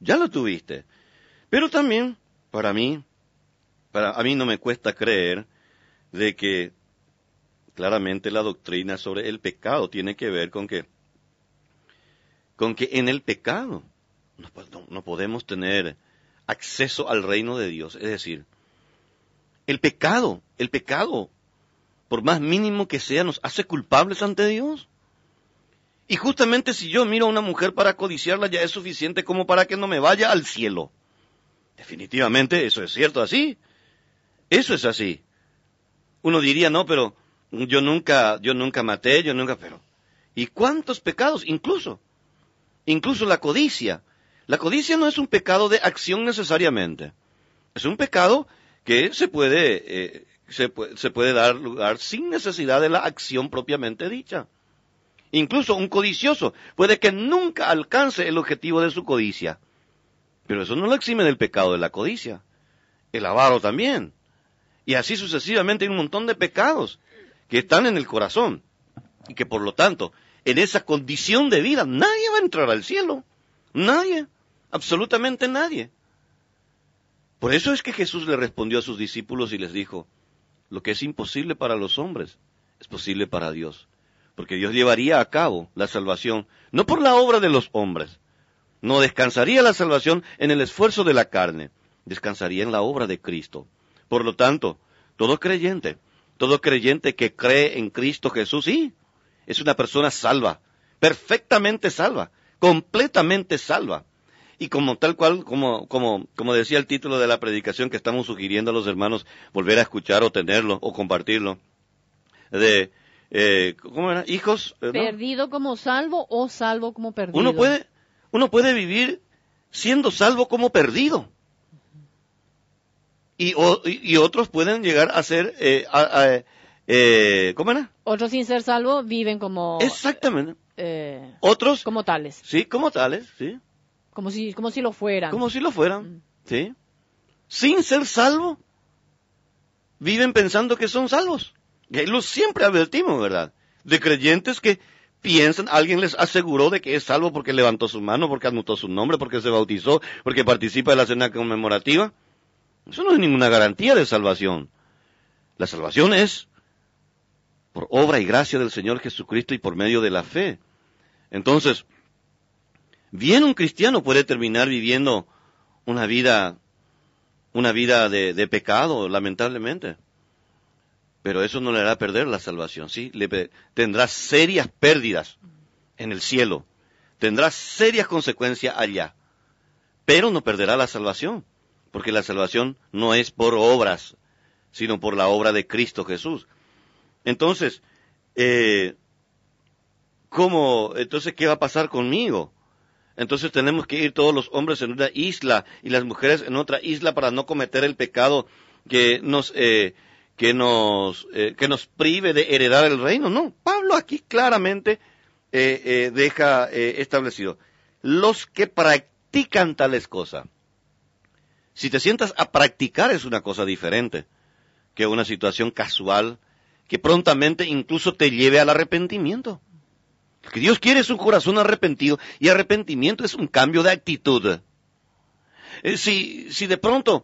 Pero también, a mí no me cuesta creer de que claramente la doctrina sobre el pecado tiene que ver con que en el pecado no podemos tener acceso al reino de Dios. Es decir, el pecado, por más mínimo que sea, nos hace culpables ante Dios. Y justamente si yo miro a una mujer para codiciarla, ya es suficiente como para que no me vaya al cielo. Definitivamente eso es cierto, así. Eso es así. Uno diría, no, pero yo nunca maté, pero... ¿Y cuántos pecados? Incluso la codicia. La codicia no es un pecado de acción necesariamente. Es un pecado que se puede dar lugar sin necesidad de la acción propiamente dicha. Incluso un codicioso puede que nunca alcance el objetivo de su codicia. Pero eso no lo exime del pecado de la codicia. El avaro también. Y así sucesivamente hay un montón de pecados que están en el corazón. Y que por lo tanto, en esa condición de vida, nadie va a entrar al cielo. Nadie. Absolutamente nadie. Por eso es que Jesús le respondió a sus discípulos y les dijo, lo que es imposible para los hombres es posible para Dios. Porque Dios llevaría a cabo la salvación, no por la obra de los hombres. No descansaría la salvación en el esfuerzo de la carne, descansaría en la obra de Cristo. Por lo tanto, todo creyente que cree en Cristo Jesús, sí, es una persona salva, perfectamente salva, completamente salva. Y como tal cual, como decía el título de la predicación que estamos sugiriendo a los hermanos volver a escuchar o tenerlo o compartirlo, ¿cómo era? Hijos, ¿no? Perdido como salvo o salvo como perdido. Uno puede vivir siendo salvo como perdido. Y otros pueden llegar a ser, ¿cómo era? Otros sin ser salvos viven como... Exactamente. Otros... Como tales. Sí, como tales, sí. Como si lo fueran. Como si lo fueran, sí. Sin ser salvos, viven pensando que son salvos. Y ahí lo siempre advertimos, ¿verdad? De creyentes que piensan, alguien les aseguró de que es salvo porque levantó su mano, porque anotó su nombre, porque se bautizó, porque participa de la cena conmemorativa. Eso no es ninguna garantía de salvación. La salvación es por obra y gracia del Señor Jesucristo y por medio de la fe. Entonces, bien un cristiano puede terminar viviendo una vida de pecado, lamentablemente. Pero eso no le hará perder la salvación, ¿sí? Tendrá serias pérdidas en el cielo. Tendrá serias consecuencias allá. Pero no perderá la salvación, porque la salvación no es por obras, sino por la obra de Cristo Jesús. Entonces, entonces, ¿qué va a pasar conmigo? Entonces tenemos que ir todos los hombres en una isla y las mujeres en otra isla para no cometer el pecado que nos prive de heredar el reino. No, Pablo aquí claramente deja establecido. Los que practican tales cosas. Si te sientas a practicar es una cosa diferente que una situación casual que prontamente incluso te lleve al arrepentimiento. Lo que Dios quiere es un corazón arrepentido, y arrepentimiento es un cambio de actitud. Si de pronto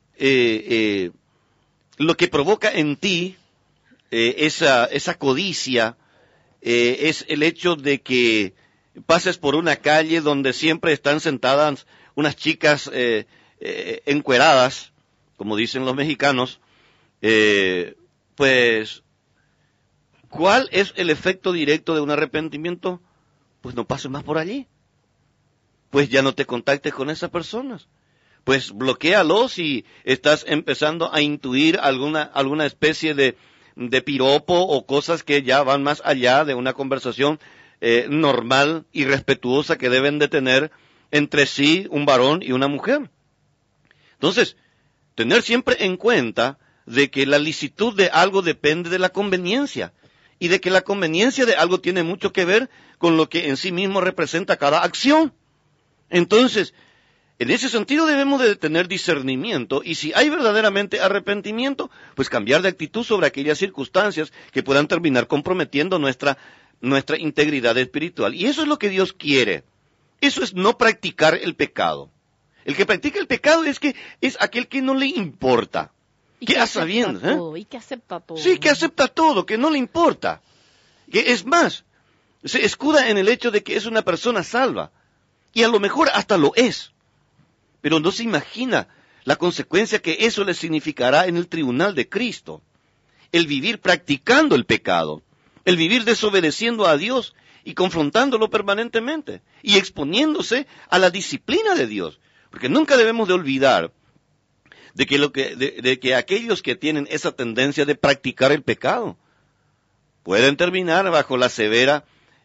lo que provoca en ti esa codicia es el hecho de que pases por una calle donde siempre están sentadas unas chicas encueradas, como dicen los mexicanos, pues, ¿cuál es el efecto directo de un arrepentimiento? Pues no pases más por allí. Pues ya no te contactes con esas personas. Pues bloquéalos si estás empezando a intuir alguna especie de piropo o cosas que ya van más allá de una conversación normal y respetuosa que deben de tener entre sí un varón y una mujer. Entonces, tener siempre en cuenta de que la licitud de algo depende de la conveniencia, y de que la conveniencia de algo tiene mucho que ver con lo que en sí mismo representa cada acción. Entonces, en ese sentido debemos de tener discernimiento, y si hay verdaderamente arrepentimiento, pues cambiar de actitud sobre aquellas circunstancias que puedan terminar comprometiendo nuestra integridad espiritual. Y eso es lo que Dios quiere. Eso es no practicar el pecado. El que practica el pecado es aquel que no le importa. Que a sabiendas, y que acepta todo. Sí, que acepta todo, que no le importa. Que es más, se escuda en el hecho de que es una persona salva. Y a lo mejor hasta lo es. Pero no se imagina la consecuencia que eso le significará en el tribunal de Cristo. El vivir practicando el pecado. El vivir desobedeciendo a Dios y confrontándolo permanentemente. Y exponiéndose a la disciplina de Dios. Porque nunca debemos de olvidar de que aquellos que tienen esa tendencia de practicar el pecado pueden terminar bajo la severa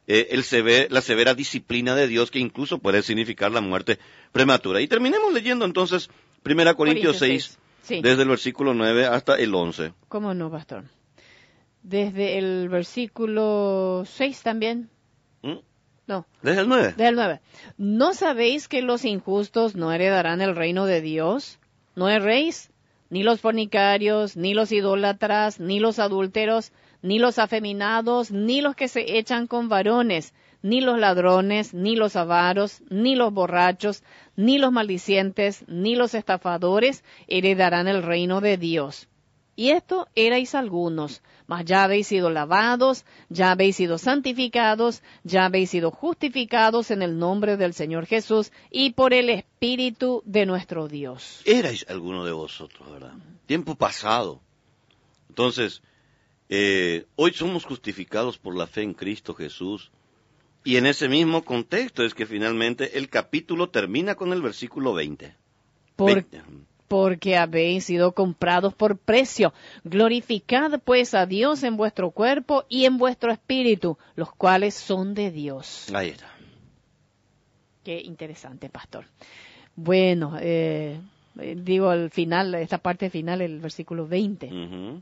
disciplina de Dios, que incluso puede significar la muerte prematura. Y terminemos leyendo entonces 1 Corintios 6, sí, desde el versículo 9 hasta el 11. ¿Cómo no, pastor? Desde el versículo 6 también. No. Desde el 9. Desde el 9. ¿No sabéis que los injustos no heredarán el reino de Dios? No erréis, ni los fornicarios, ni los idólatras, ni los adúlteros, ni los afeminados, ni los que se echan con varones, ni los ladrones, ni los avaros, ni los borrachos, ni los maldicientes, ni los estafadores heredarán el reino de Dios. Y esto erais algunos, mas ya habéis sido lavados, ya habéis sido santificados, ya habéis sido justificados en el nombre del Señor Jesús y por el Espíritu de nuestro Dios. Erais alguno de vosotros, ¿verdad? Tiempo pasado. Entonces, hoy somos justificados por la fe en Cristo Jesús. Y en ese mismo contexto es que finalmente el capítulo termina con el versículo 20. Porque habéis sido comprados por precio. Glorificad pues a Dios en vuestro cuerpo y en vuestro espíritu, los cuales son de Dios. Ahí está. Qué interesante, pastor. Bueno, al final, esta parte final, el versículo 20. Uh-huh.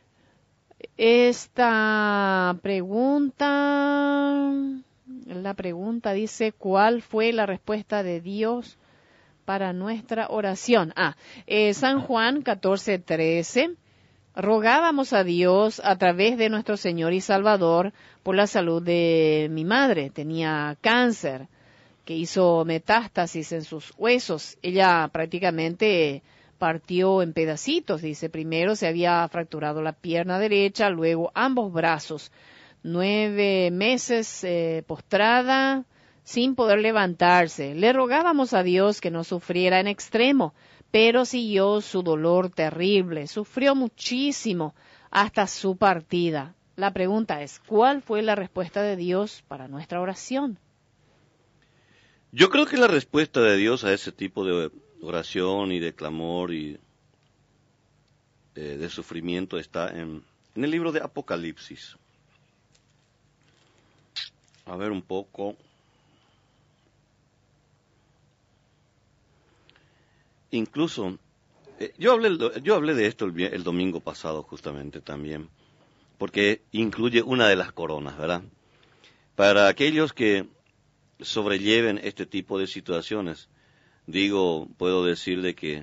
Esta pregunta, la pregunta dice, ¿cuál fue la respuesta de Dios para nuestra oración? San Juan 14:13 rogábamos a Dios a través de nuestro Señor y Salvador por la salud de mi madre. Tenía cáncer que hizo metástasis en sus huesos. Ella prácticamente partió en pedacitos, dice. Primero se había fracturado la pierna derecha, luego ambos brazos. 9 meses postrada, sin poder levantarse. Le rogábamos a Dios que no sufriera en extremo, pero siguió su dolor terrible. Sufrió muchísimo hasta su partida. La pregunta es, ¿cuál fue la respuesta de Dios para nuestra oración? Yo creo que la respuesta de Dios a ese tipo de oración y de clamor y de sufrimiento está en el libro de Apocalipsis. A ver un poco. Incluso, yo hablé de esto el domingo pasado justamente también, porque incluye una de las coronas, ¿verdad? Para aquellos que sobrelleven este tipo de situaciones, puedo decir de que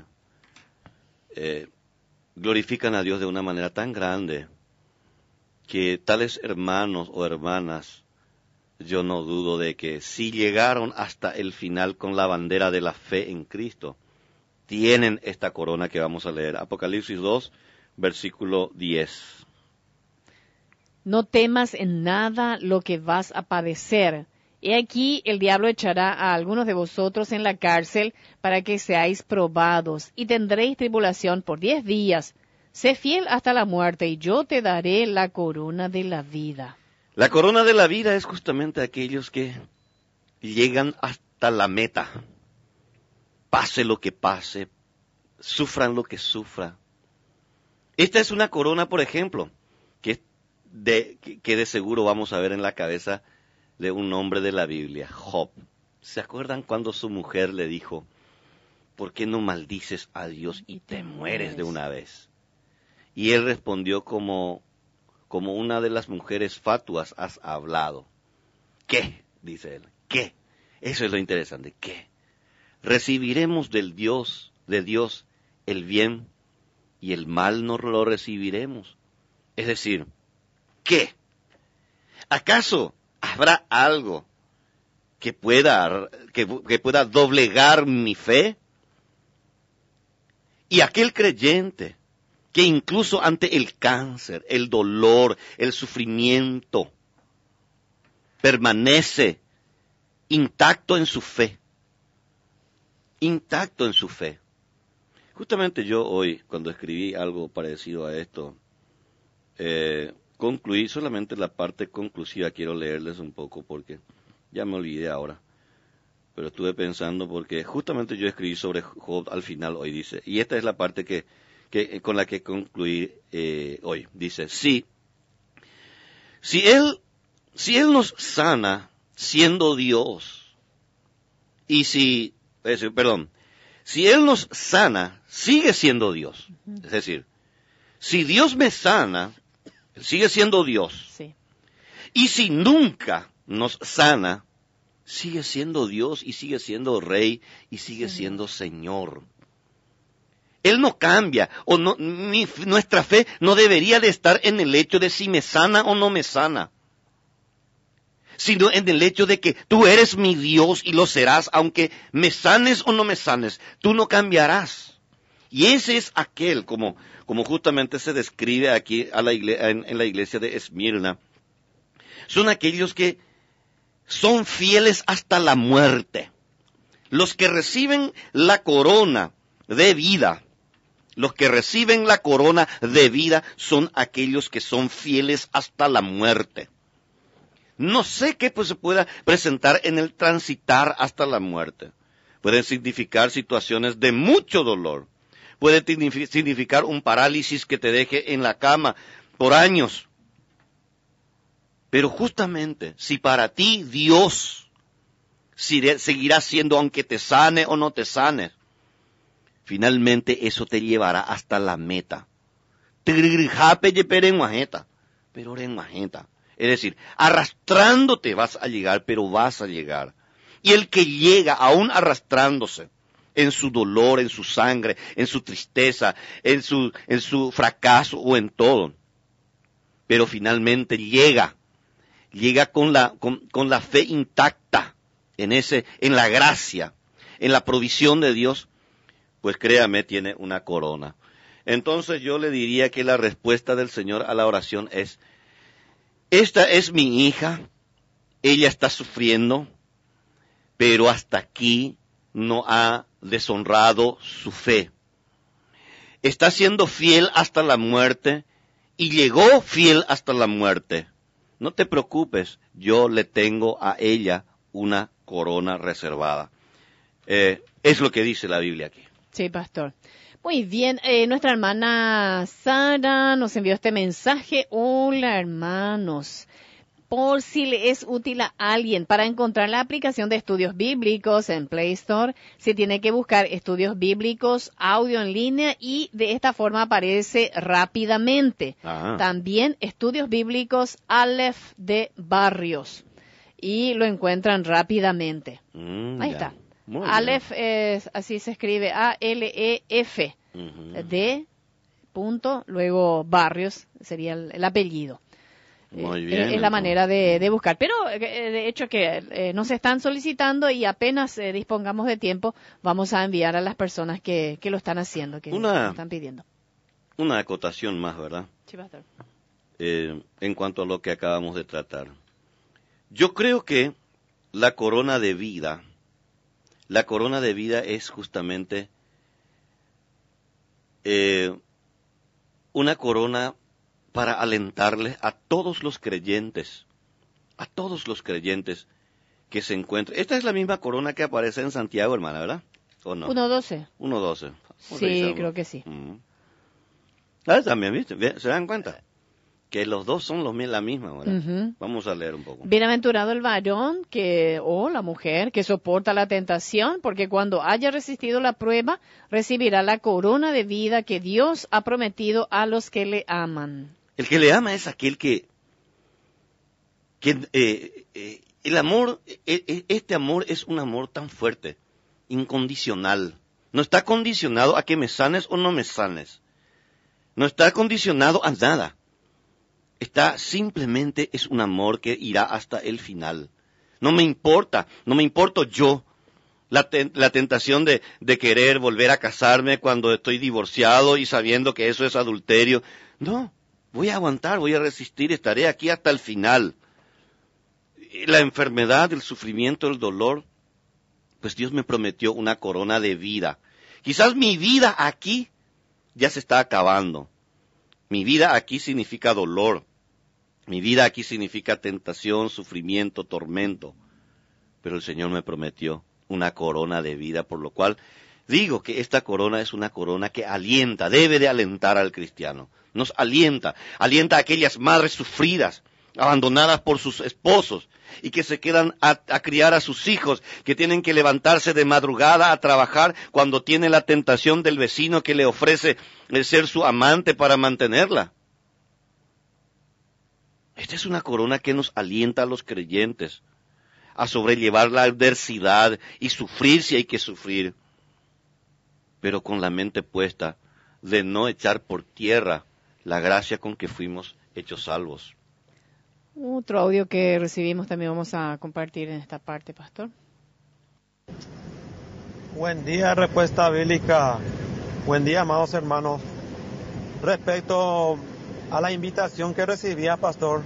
glorifican a Dios de una manera tan grande que tales hermanos o hermanas, yo no dudo de que si llegaron hasta el final con la bandera de la fe en Cristo, tienen esta corona que vamos a leer. Apocalipsis 2, versículo 10. No temas en nada lo que vas a padecer. He aquí el diablo echará a algunos de vosotros en la cárcel para que seáis probados, y tendréis tribulación por 10 días. Sé fiel hasta la muerte, y yo te daré la corona de la vida. La corona de la vida es justamente aquellos que llegan hasta la meta. Pase lo que pase, sufran lo que sufra. Esta es una corona, por ejemplo, que de seguro vamos a ver en la cabeza de un hombre de la Biblia, Job. ¿Se acuerdan cuando su mujer le dijo, ¿por qué no maldices a Dios y te mueres de una vez? Y él respondió como una de las mujeres fatuas has hablado. ¿Qué? Dice él. ¿Qué? Eso es lo interesante. ¿Qué? Recibiremos de Dios el bien y el mal no lo recibiremos. Es decir, ¿qué? ¿Acaso habrá algo que pueda doblegar mi fe? Y aquel creyente que incluso ante el cáncer, el dolor, el sufrimiento, permanece intacto en su fe. Intacto en su fe. Justamente yo hoy, cuando escribí algo parecido a esto, concluí solamente la parte conclusiva. Quiero leerles un poco porque ya me olvidé ahora. Pero estuve pensando porque justamente yo escribí sobre Job al final hoy, dice. Y esta es la parte que con la que concluí hoy. Dice, si Él nos sana siendo Dios, y si Él nos sana, sigue siendo Dios. Es decir, si Dios me sana, Él sigue siendo Dios. Sí. Y si nunca nos sana, sigue siendo Dios y sigue siendo Rey y sigue siendo Señor. Él no cambia, nuestra fe no debería de estar en el hecho de si me sana o no me sana, sino en el hecho de que tú eres mi Dios y lo serás, aunque me sanes o no me sanes, tú no cambiarás. Y ese es aquel, como justamente se describe aquí en la iglesia de Esmirna, son aquellos que son fieles hasta la muerte. Los que reciben la corona de vida, son aquellos que son fieles hasta la muerte. No sé qué se pueda presentar en el transitar hasta la muerte. Pueden significar situaciones de mucho dolor. Puede significar un parálisis que te deje en la cama por años. Pero justamente, si para ti Dios seguirá siendo aunque te sane o no te sane, finalmente eso te llevará hasta la meta. Es decir, arrastrándote vas a llegar, pero vas a llegar. Y el que llega aún arrastrándose, en su dolor, en su sangre, en su tristeza, en su fracaso o en todo. Pero finalmente llega con la fe intacta en la gracia, en la provisión de Dios, pues créame, tiene una corona. Entonces yo le diría que la respuesta del Señor a la oración es: esta es mi hija, ella está sufriendo, pero hasta aquí no ha deshonrado su fe. Está siendo fiel hasta la muerte y llegó fiel hasta la muerte. No te preocupes, yo le tengo a ella una corona reservada. Es lo que dice la Biblia aquí. Sí, pastor. Muy bien, nuestra hermana Sara nos envió este mensaje. Hola, hermanos. Por si le es útil a alguien para encontrar la aplicación de estudios bíblicos en Play Store, se tiene que buscar estudios bíblicos, audio en línea, y de esta forma aparece rápidamente. También estudios bíblicos Aleph de Barrios, y lo encuentran rápidamente. Ahí está. Aleph es, así se escribe, A-L-E-F, de punto, luego Barrios sería el apellido. Muy bien. Es la manera de buscar. Pero de hecho que nos están solicitando, y apenas dispongamos de tiempo vamos a enviar a las personas que lo están haciendo, que nos están pidiendo. Una acotación más, ¿verdad? Sí, pastor. En cuanto a lo que acabamos de tratar. Yo creo que la corona de vida es justamente una corona para alentarles a todos los creyentes que se encuentran. Esta es la misma corona que aparece en Santiago, hermana, ¿verdad? ¿O no? 1.12. 1.12. Sí, creo que sí. También, ¿viste? ¿Se dan cuenta? Que los dos son la misma, ¿verdad? Vamos a leer un poco. Bienaventurado el varón o la mujer que soporta la tentación, porque cuando haya resistido la prueba, recibirá la corona de vida que Dios ha prometido a los que le aman. El que le ama es aquel que el amor, este amor es un amor tan fuerte, incondicional. No está condicionado a que me sanes o no me sanes. No está condicionado a nada. Simplemente es un amor que irá hasta el final. No me importo yo la tentación de querer volver a casarme cuando estoy divorciado y sabiendo que eso es adulterio. No. Voy a aguantar, voy a resistir, estaré aquí hasta el final. La enfermedad, el sufrimiento, el dolor, pues Dios me prometió una corona de vida. Quizás mi vida aquí ya se está acabando. Mi vida aquí significa dolor. Mi vida aquí significa tentación, sufrimiento, tormento. Pero el Señor me prometió una corona de vida, por lo cual digo que esta corona es una corona que alienta, debe de alentar al cristiano. Nos alienta a aquellas madres sufridas, abandonadas por sus esposos, y que se quedan a criar a sus hijos, que tienen que levantarse de madrugada a trabajar cuando tiene la tentación del vecino que le ofrece ser su amante para mantenerla. Esta es una corona que nos alienta a los creyentes a sobrellevar la adversidad y sufrir si hay que sufrir, pero con la mente puesta de no echar por tierra la gracia con que fuimos hechos salvos. Otro audio que recibimos también vamos a compartir en esta parte, pastor. Buen día, Respuesta Bíblica. Buen día, amados hermanos. Respecto a la invitación que recibía, pastor,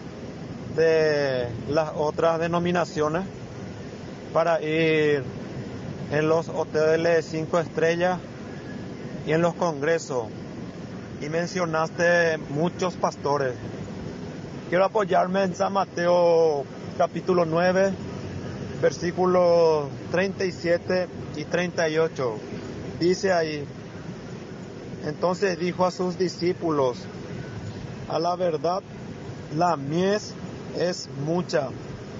de las otras denominaciones para ir en los hoteles 5 estrellas y en los congresos, y mencionaste muchos pastores. Quiero apoyarme en San Mateo capítulo 9, versículos 37 y 38. Dice ahí: entonces dijo a sus discípulos: a la verdad, la mies es mucha,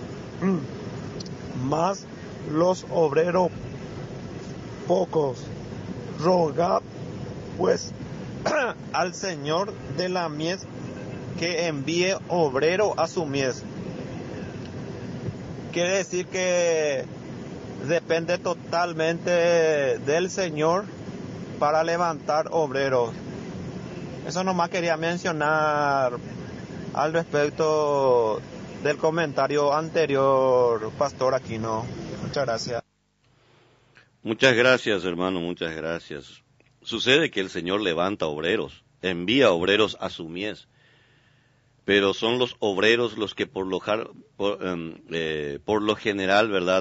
mas los obreros pocos. Rogad pues al Señor de la mies que envíe obrero a su mies. Quiere decir que depende totalmente del Señor para levantar obreros. Eso nomás quería mencionar al respecto del comentario anterior, Pastor Aquino. Muchas gracias. Muchas gracias, hermano, muchas gracias. Sucede que el Señor levanta obreros, envía obreros a su mies, pero son los obreros los que por lo general, ¿verdad?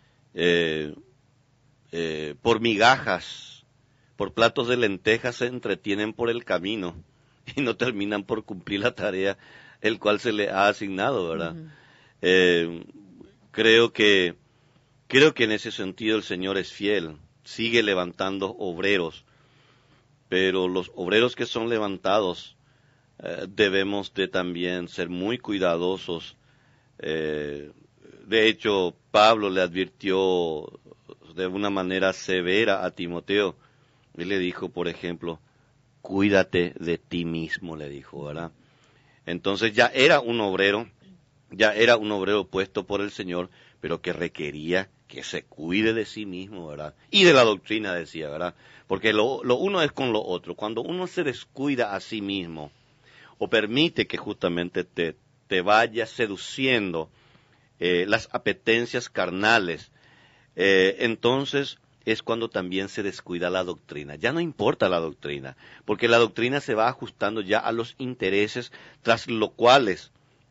Por migajas, por platos de lentejas se entretienen por el camino y no terminan por cumplir la tarea el cual se le ha asignado, ¿verdad? Uh-huh. Creo que en ese sentido el Señor es fiel, sigue levantando obreros, pero los obreros que son levantados debemos de también ser muy cuidadosos. De hecho, Pablo le advirtió de una manera severa a Timoteo. Él le dijo, por ejemplo, cuídate de ti mismo, le dijo, ¿verdad? Entonces ya era un obrero puesto por el Señor, pero que requería que se cuide de sí mismo, ¿verdad? Y de la doctrina, decía, ¿verdad? Porque lo uno es con lo otro. Cuando uno se descuida a sí mismo, o permite que justamente te vaya seduciendo las apetencias carnales, entonces es cuando también se descuida la doctrina. Ya no importa la doctrina, porque la doctrina se va ajustando ya a los intereses tras los cuales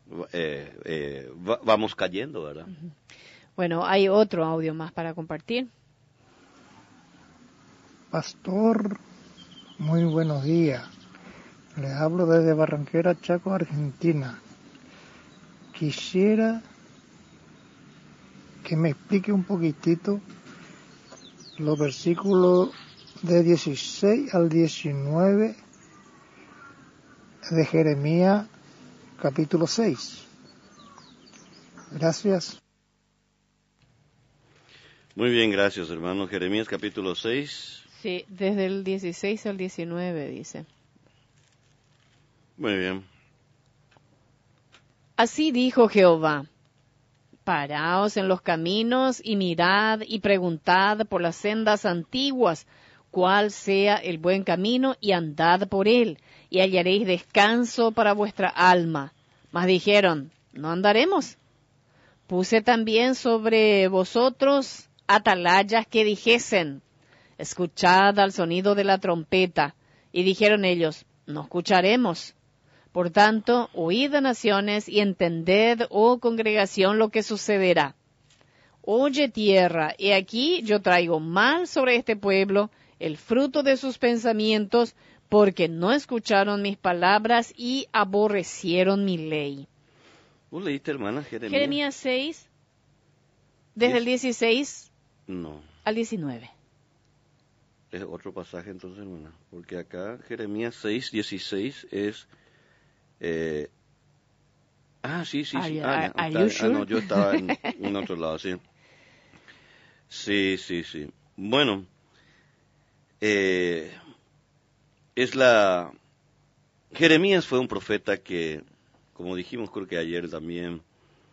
vamos cayendo, ¿verdad? Bueno, hay otro audio más para compartir. Pastor, muy buenos días. Les hablo desde Barranquera, Chaco, Argentina. Quisiera que me explique un poquitito los versículos de 16 al 19 de Jeremías, capítulo 6. Gracias. Muy bien, gracias, hermano. Jeremías, capítulo 6. Sí, desde el 16 al 19 dice. Muy bien. Así dijo Jehová: paraos en los caminos y mirad y preguntad por las sendas antiguas cuál sea el buen camino, y andad por él, y hallaréis descanso para vuestra alma. Mas dijeron: no andaremos. Puse también sobre vosotros atalayas que dijesen: escuchad al sonido de la trompeta. Y dijeron ellos: no escucharemos. Por tanto, oíd, naciones, y entended, oh congregación, lo que sucederá. Oye, tierra, he aquí yo traigo mal sobre este pueblo, el fruto de sus pensamientos, porque no escucharon mis palabras y aborrecieron mi ley. ¿Vos leíste, hermana, Jeremías? Jeremías 6, desde el 16 no. al 19. Es otro pasaje entonces, hermana, porque acá Jeremías 6, 16 es... sí. No, yo estaba en otro lado, sí. Sí. Bueno, Jeremías fue un profeta que, como dijimos, creo que ayer también,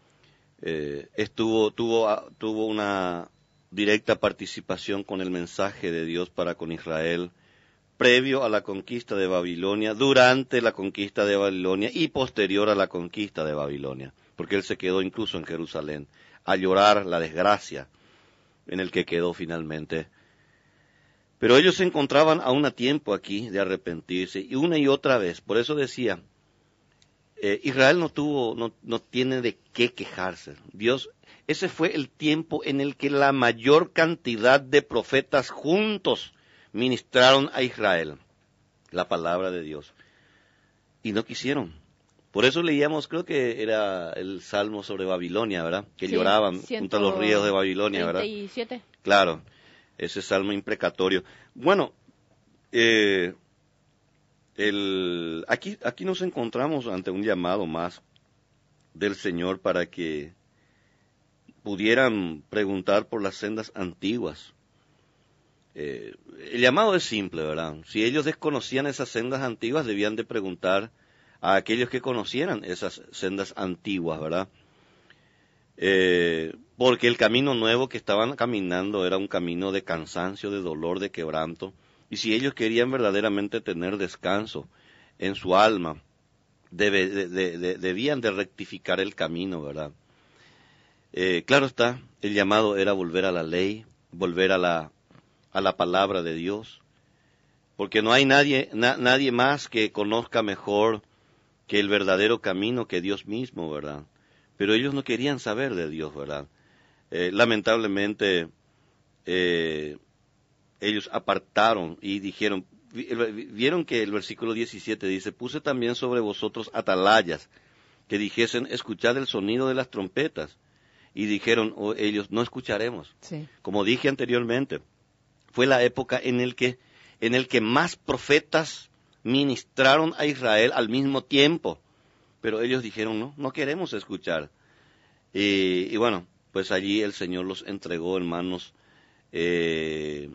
tuvo una directa participación con el mensaje de Dios para con Israel, previo a la conquista de Babilonia, durante la conquista de Babilonia y posterior a la conquista de Babilonia, porque él se quedó incluso en Jerusalén a llorar la desgracia en el que quedó finalmente. Pero ellos se encontraban aún a tiempo aquí de arrepentirse, y una y otra vez. Por eso decía, Israel no tiene de qué quejarse. Dios, ese fue el tiempo en el que la mayor cantidad de profetas juntos ministraron a Israel la palabra de Dios, y no quisieron. Por eso leíamos, creo que era el Salmo sobre Babilonia, ¿verdad? Que sí, lloraban junto a los ríos de Babilonia, 37. ¿verdad? Claro, ese Salmo imprecatorio. Bueno, aquí nos encontramos ante un llamado más del Señor para que pudieran preguntar por las sendas antiguas. El llamado es simple, ¿verdad? Si ellos desconocían esas sendas antiguas, debían de preguntar a aquellos que conocieran esas sendas antiguas, ¿verdad? porque el camino nuevo que estaban caminando era un camino de cansancio, de dolor, de quebranto, y si ellos querían verdaderamente tener descanso en su alma, debían de rectificar el camino, ¿verdad? Claro está, el llamado era volver a la ley, volver a la palabra de Dios, porque no hay nadie más que conozca mejor que el verdadero camino que Dios mismo, ¿verdad? Pero ellos no querían saber de Dios, ¿verdad? Lamentablemente, ellos apartaron y dijeron, vieron que el versículo 17 dice, puse también sobre vosotros atalayas, que dijesen, escuchad el sonido de las trompetas. Y dijeron ellos, no escucharemos. Sí. Como dije anteriormente, fue la época en el que más profetas ministraron a Israel al mismo tiempo. Pero ellos dijeron, no queremos escuchar. Y bueno, pues allí el Señor los entregó en manos de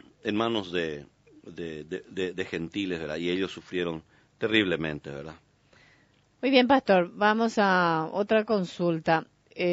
gentiles, ¿verdad? Y ellos sufrieron terriblemente, ¿verdad? Muy bien, pastor. Vamos a otra consulta.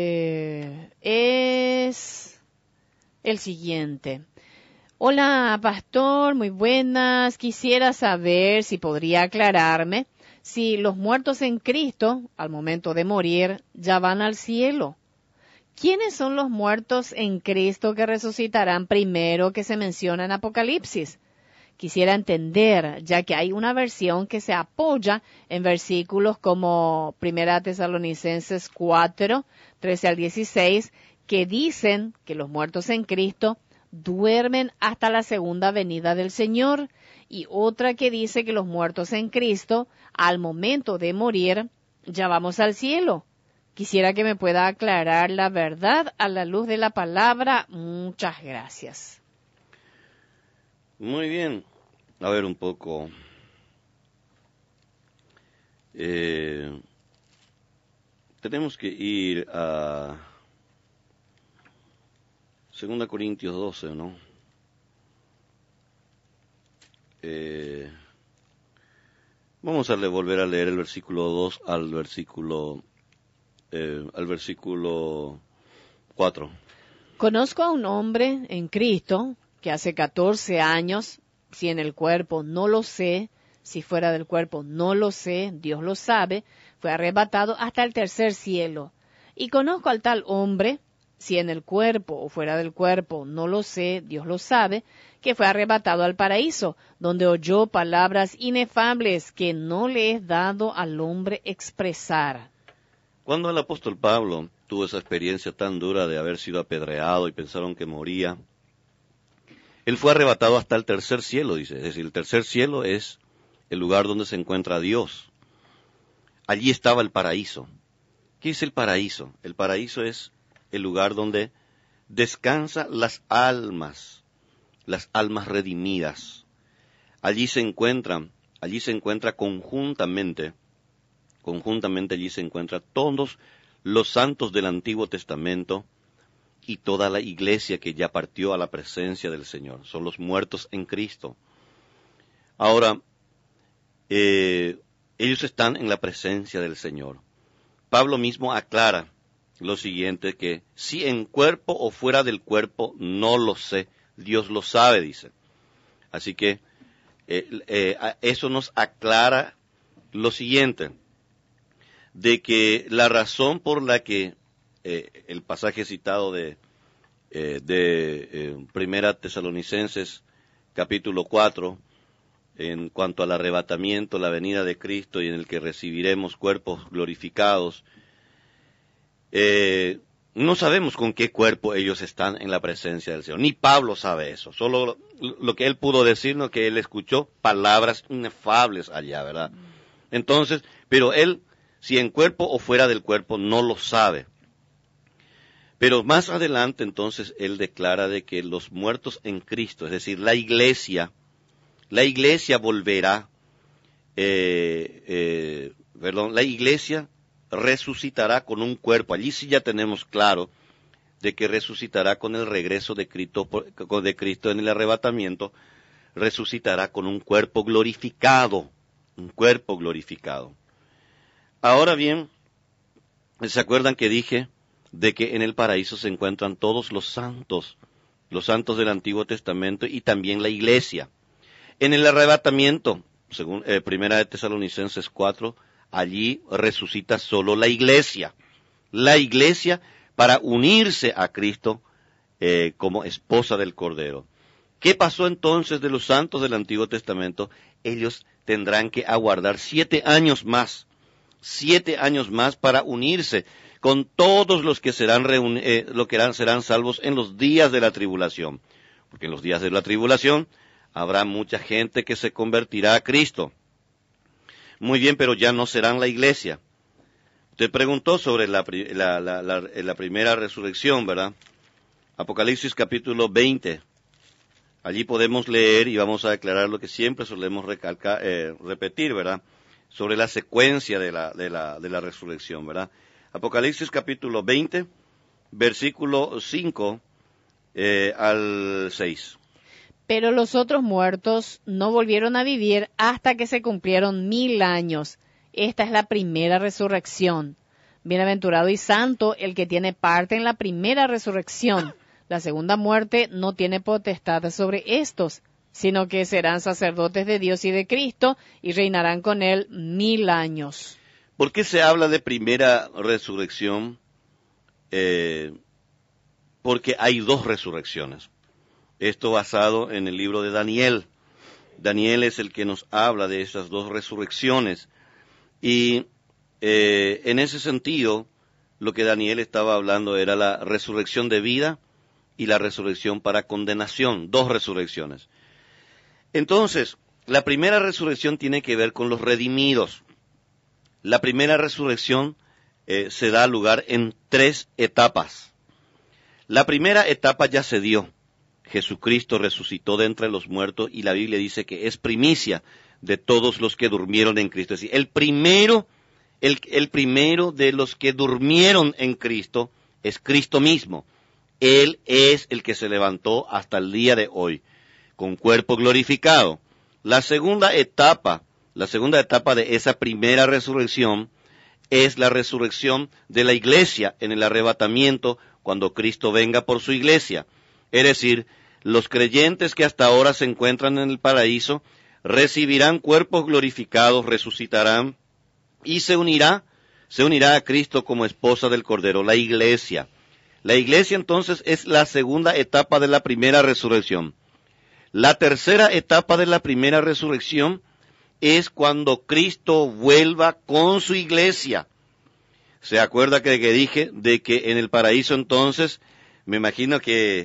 Es el siguiente. Hola, pastor, muy buenas. Quisiera saber si podría aclararme si los muertos en Cristo, al momento de morir, ya van al cielo. ¿Quiénes son los muertos en Cristo que resucitarán primero que se menciona en Apocalipsis? Quisiera entender, ya que hay una versión que se apoya en versículos como 1 Tesalonicenses 4, 13 al 16, que dicen que los muertos en Cristo duermen hasta la segunda venida del Señor, y otra que dice que los muertos en Cristo, al momento de morir, ya vamos al cielo. Quisiera que me pueda aclarar la verdad a la luz de la palabra. Muchas gracias. Muy bien. A ver un poco. Tenemos que ir a 2 Corintios 12, ¿no? Vamos a volver a leer el versículo 2 al versículo 4. Conozco a un hombre en Cristo que hace 14 años, si en el cuerpo no lo sé, si fuera del cuerpo no lo sé, Dios lo sabe, fue arrebatado hasta el tercer cielo. Y conozco al tal hombre, si en el cuerpo o fuera del cuerpo no lo sé, Dios lo sabe, que fue arrebatado al paraíso, donde oyó palabras inefables que no le es dado al hombre expresar. Cuando el apóstol Pablo tuvo esa experiencia tan dura de haber sido apedreado y pensaron que moría, él fue arrebatado hasta el tercer cielo, dice. Es decir, el tercer cielo es el lugar donde se encuentra Dios. Allí estaba el paraíso. ¿Qué es el paraíso? El paraíso es el lugar donde descansan las almas redimidas. Allí se encuentra conjuntamente allí se encuentran todos los santos del Antiguo Testamento y toda la iglesia que ya partió a la presencia del Señor. Son los muertos en Cristo. Ahora, ellos están en la presencia del Señor. Pablo mismo aclara lo siguiente, que si en cuerpo o fuera del cuerpo, no lo sé, Dios lo sabe, dice. Así que eso nos aclara lo siguiente, de que la razón por la que el pasaje citado de 1 Tesalonicenses capítulo 4, en cuanto al arrebatamiento, la venida de Cristo y en el que recibiremos cuerpos glorificados, no sabemos con qué cuerpo ellos están en la presencia del Señor. Ni Pablo sabe eso. Solo lo que él pudo decirnos, que él escuchó palabras inefables allá, ¿verdad? Entonces, pero él, si en cuerpo o fuera del cuerpo, no lo sabe. Pero más adelante, entonces, él declara de que los muertos en Cristo, es decir, la iglesia volverá, la iglesia resucitará con un cuerpo. Allí sí ya tenemos claro de que resucitará con el regreso de Cristo en el arrebatamiento, resucitará con un cuerpo glorificado, Ahora bien, ¿se acuerdan que dije de que en el paraíso se encuentran todos los santos del Antiguo Testamento y también la iglesia. En el arrebatamiento, según Primera de Tesalonicenses 4, allí resucita solo la iglesia para unirse a Cristo como esposa del Cordero. ¿Qué pasó entonces de los santos del Antiguo Testamento? Ellos tendrán que aguardar 7 años más para unirse con todos los que serán salvos en los días de la tribulación. Porque en los días de la tribulación habrá mucha gente que se convertirá a Cristo. Muy bien, pero ya no serán la iglesia. Usted preguntó sobre la primera resurrección, ¿verdad? Apocalipsis capítulo 20. Allí podemos leer y vamos a declarar lo que siempre solemos repetir, ¿verdad? Sobre la secuencia de la resurrección, ¿verdad? Apocalipsis capítulo 20, versículo 5 al 6. Pero los otros muertos no volvieron a vivir hasta que se cumplieron 1000 años. Esta es la primera resurrección. Bienaventurado y santo el que tiene parte en la primera resurrección. La segunda muerte no tiene potestad sobre estos, sino que serán sacerdotes de Dios y de Cristo y reinarán con él 1000 años. ¿Por qué se habla de primera resurrección? Porque hay 2 resurrecciones. Esto basado en el libro de Daniel. Daniel es el que nos habla de esas 2 resurrecciones. Y en ese sentido, lo que Daniel estaba hablando era la resurrección de vida y la resurrección para condenación, 2 resurrecciones. Entonces, la primera resurrección tiene que ver con los redimidos. La primera resurrección se da lugar en 3 etapas. La primera etapa ya se dio. Jesucristo resucitó de entre los muertos y la Biblia dice que es primicia de todos los que durmieron en Cristo. Es decir, el primero de los que durmieron en Cristo es Cristo mismo. Él es el que se levantó hasta el día de hoy, con cuerpo glorificado. La segunda etapa de esa primera resurrección es la resurrección de la iglesia en el arrebatamiento cuando Cristo venga por su iglesia. Es decir, los creyentes que hasta ahora se encuentran en el paraíso recibirán cuerpos glorificados, resucitarán y se unirá a Cristo como esposa del Cordero, la iglesia. La iglesia entonces es la segunda etapa de la primera resurrección. La tercera etapa de la primera resurrección es cuando Cristo vuelva con su iglesia. ¿Se acuerda que dije de que en el paraíso entonces, me imagino qué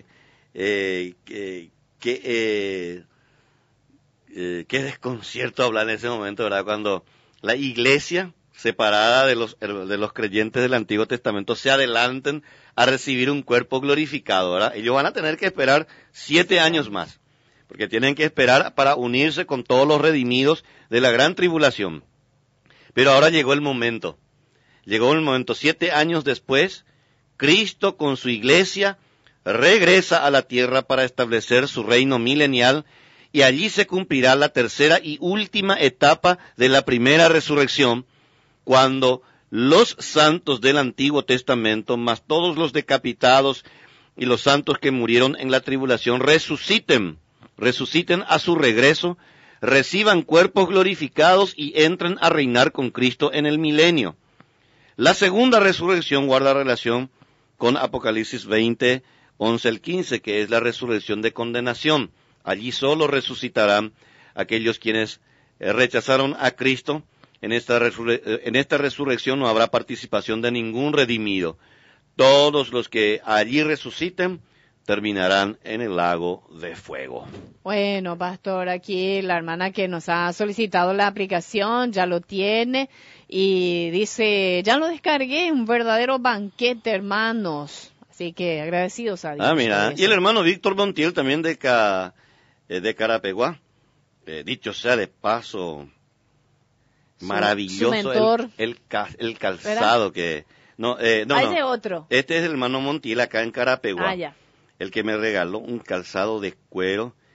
desconcierto hablar en ese momento, ¿verdad? Cuando la iglesia separada de los creyentes del Antiguo Testamento se adelanten a recibir un cuerpo glorificado, ¿verdad? Ellos van a tener que esperar 7 años más, porque tienen que esperar para unirse con todos los redimidos de la gran tribulación. Pero ahora llegó el momento, 7 años después, Cristo con su iglesia regresa a la tierra para establecer su reino milenial y allí se cumplirá la tercera y última etapa de la primera resurrección, cuando los santos del Antiguo Testamento, más todos los decapitados y los santos que murieron en la tribulación, resuciten a su regreso, reciban cuerpos glorificados y entren a reinar con Cristo en el milenio. La segunda resurrección guarda relación con Apocalipsis 20, 11 al 15, que es la resurrección de condenación. Allí solo resucitarán aquellos quienes rechazaron a Cristo. En esta resurrección no habrá participación de ningún redimido. Todos los que allí resuciten terminarán en el lago de fuego. Bueno, pastor, aquí la hermana que nos ha solicitado la aplicación ya lo tiene y dice, ya lo descargué, un verdadero banquete, hermanos. Así que agradecidos a Dios. Mira, y el hermano Víctor Montiel también de Carapeguá. Dicho sea de paso, maravilloso el calzado, ¿verdad? Que no. De otro. Este es el hermano Montiel acá en Carapeguá. Ya. El que me regaló un calzado de cuero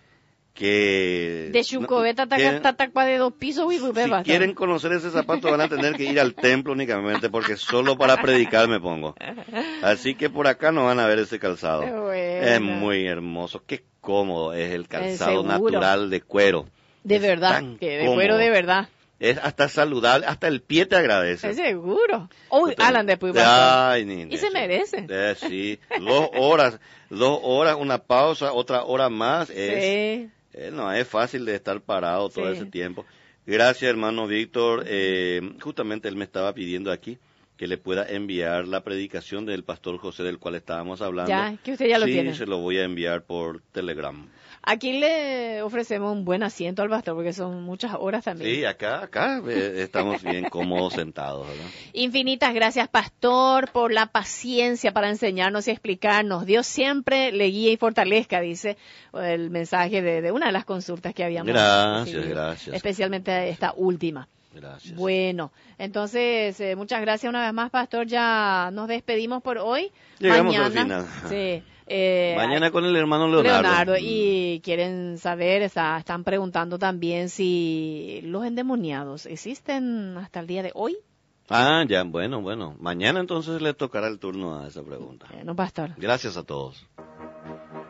que De Chucoveta tatacpa de 2 pisos y si quieren conocer ese zapato van a tener que ir al templo únicamente porque solo para predicar me pongo. Así que por acá no van a ver ese calzado. Bueno. Es muy hermoso, qué cómodo es el calzado seguro. natural de cuero. De Es verdad, tan que de cómodo. cuero de verdad. Es hasta saludable, hasta el pie te agradece. Es seguro. Uy, Entonces, Alan después va. ay, Y se merece. Sí, 2 horas, una pausa, otra hora más. Sí. No es fácil de estar parado todo Sí. ese tiempo. Gracias, hermano Víctor. Justamente él me estaba pidiendo aquí que le pueda enviar la predicación del pastor José del cual estábamos hablando. Ya, que usted ya lo tiene. Sí, se lo voy a enviar por Telegram. Aquí le ofrecemos un buen asiento al pastor porque son muchas horas también. Sí, acá estamos bien cómodos sentados, ¿verdad? Infinitas gracias, pastor, por la paciencia para enseñarnos y explicarnos. Dios siempre le guíe y fortalezca, dice el mensaje de una de las consultas que habíamos recibido. Gracias. Especialmente esta última. Gracias. Bueno, entonces, muchas gracias una vez más, pastor. Ya nos despedimos por hoy. Llegamos Mañana, al final. Sí. Mañana con el hermano Leonardo. Y quieren saber, están preguntando también si los endemoniados existen hasta el día de hoy. Ya, bueno. Mañana entonces le tocará el turno a esa pregunta. No, pastor. Gracias a todos.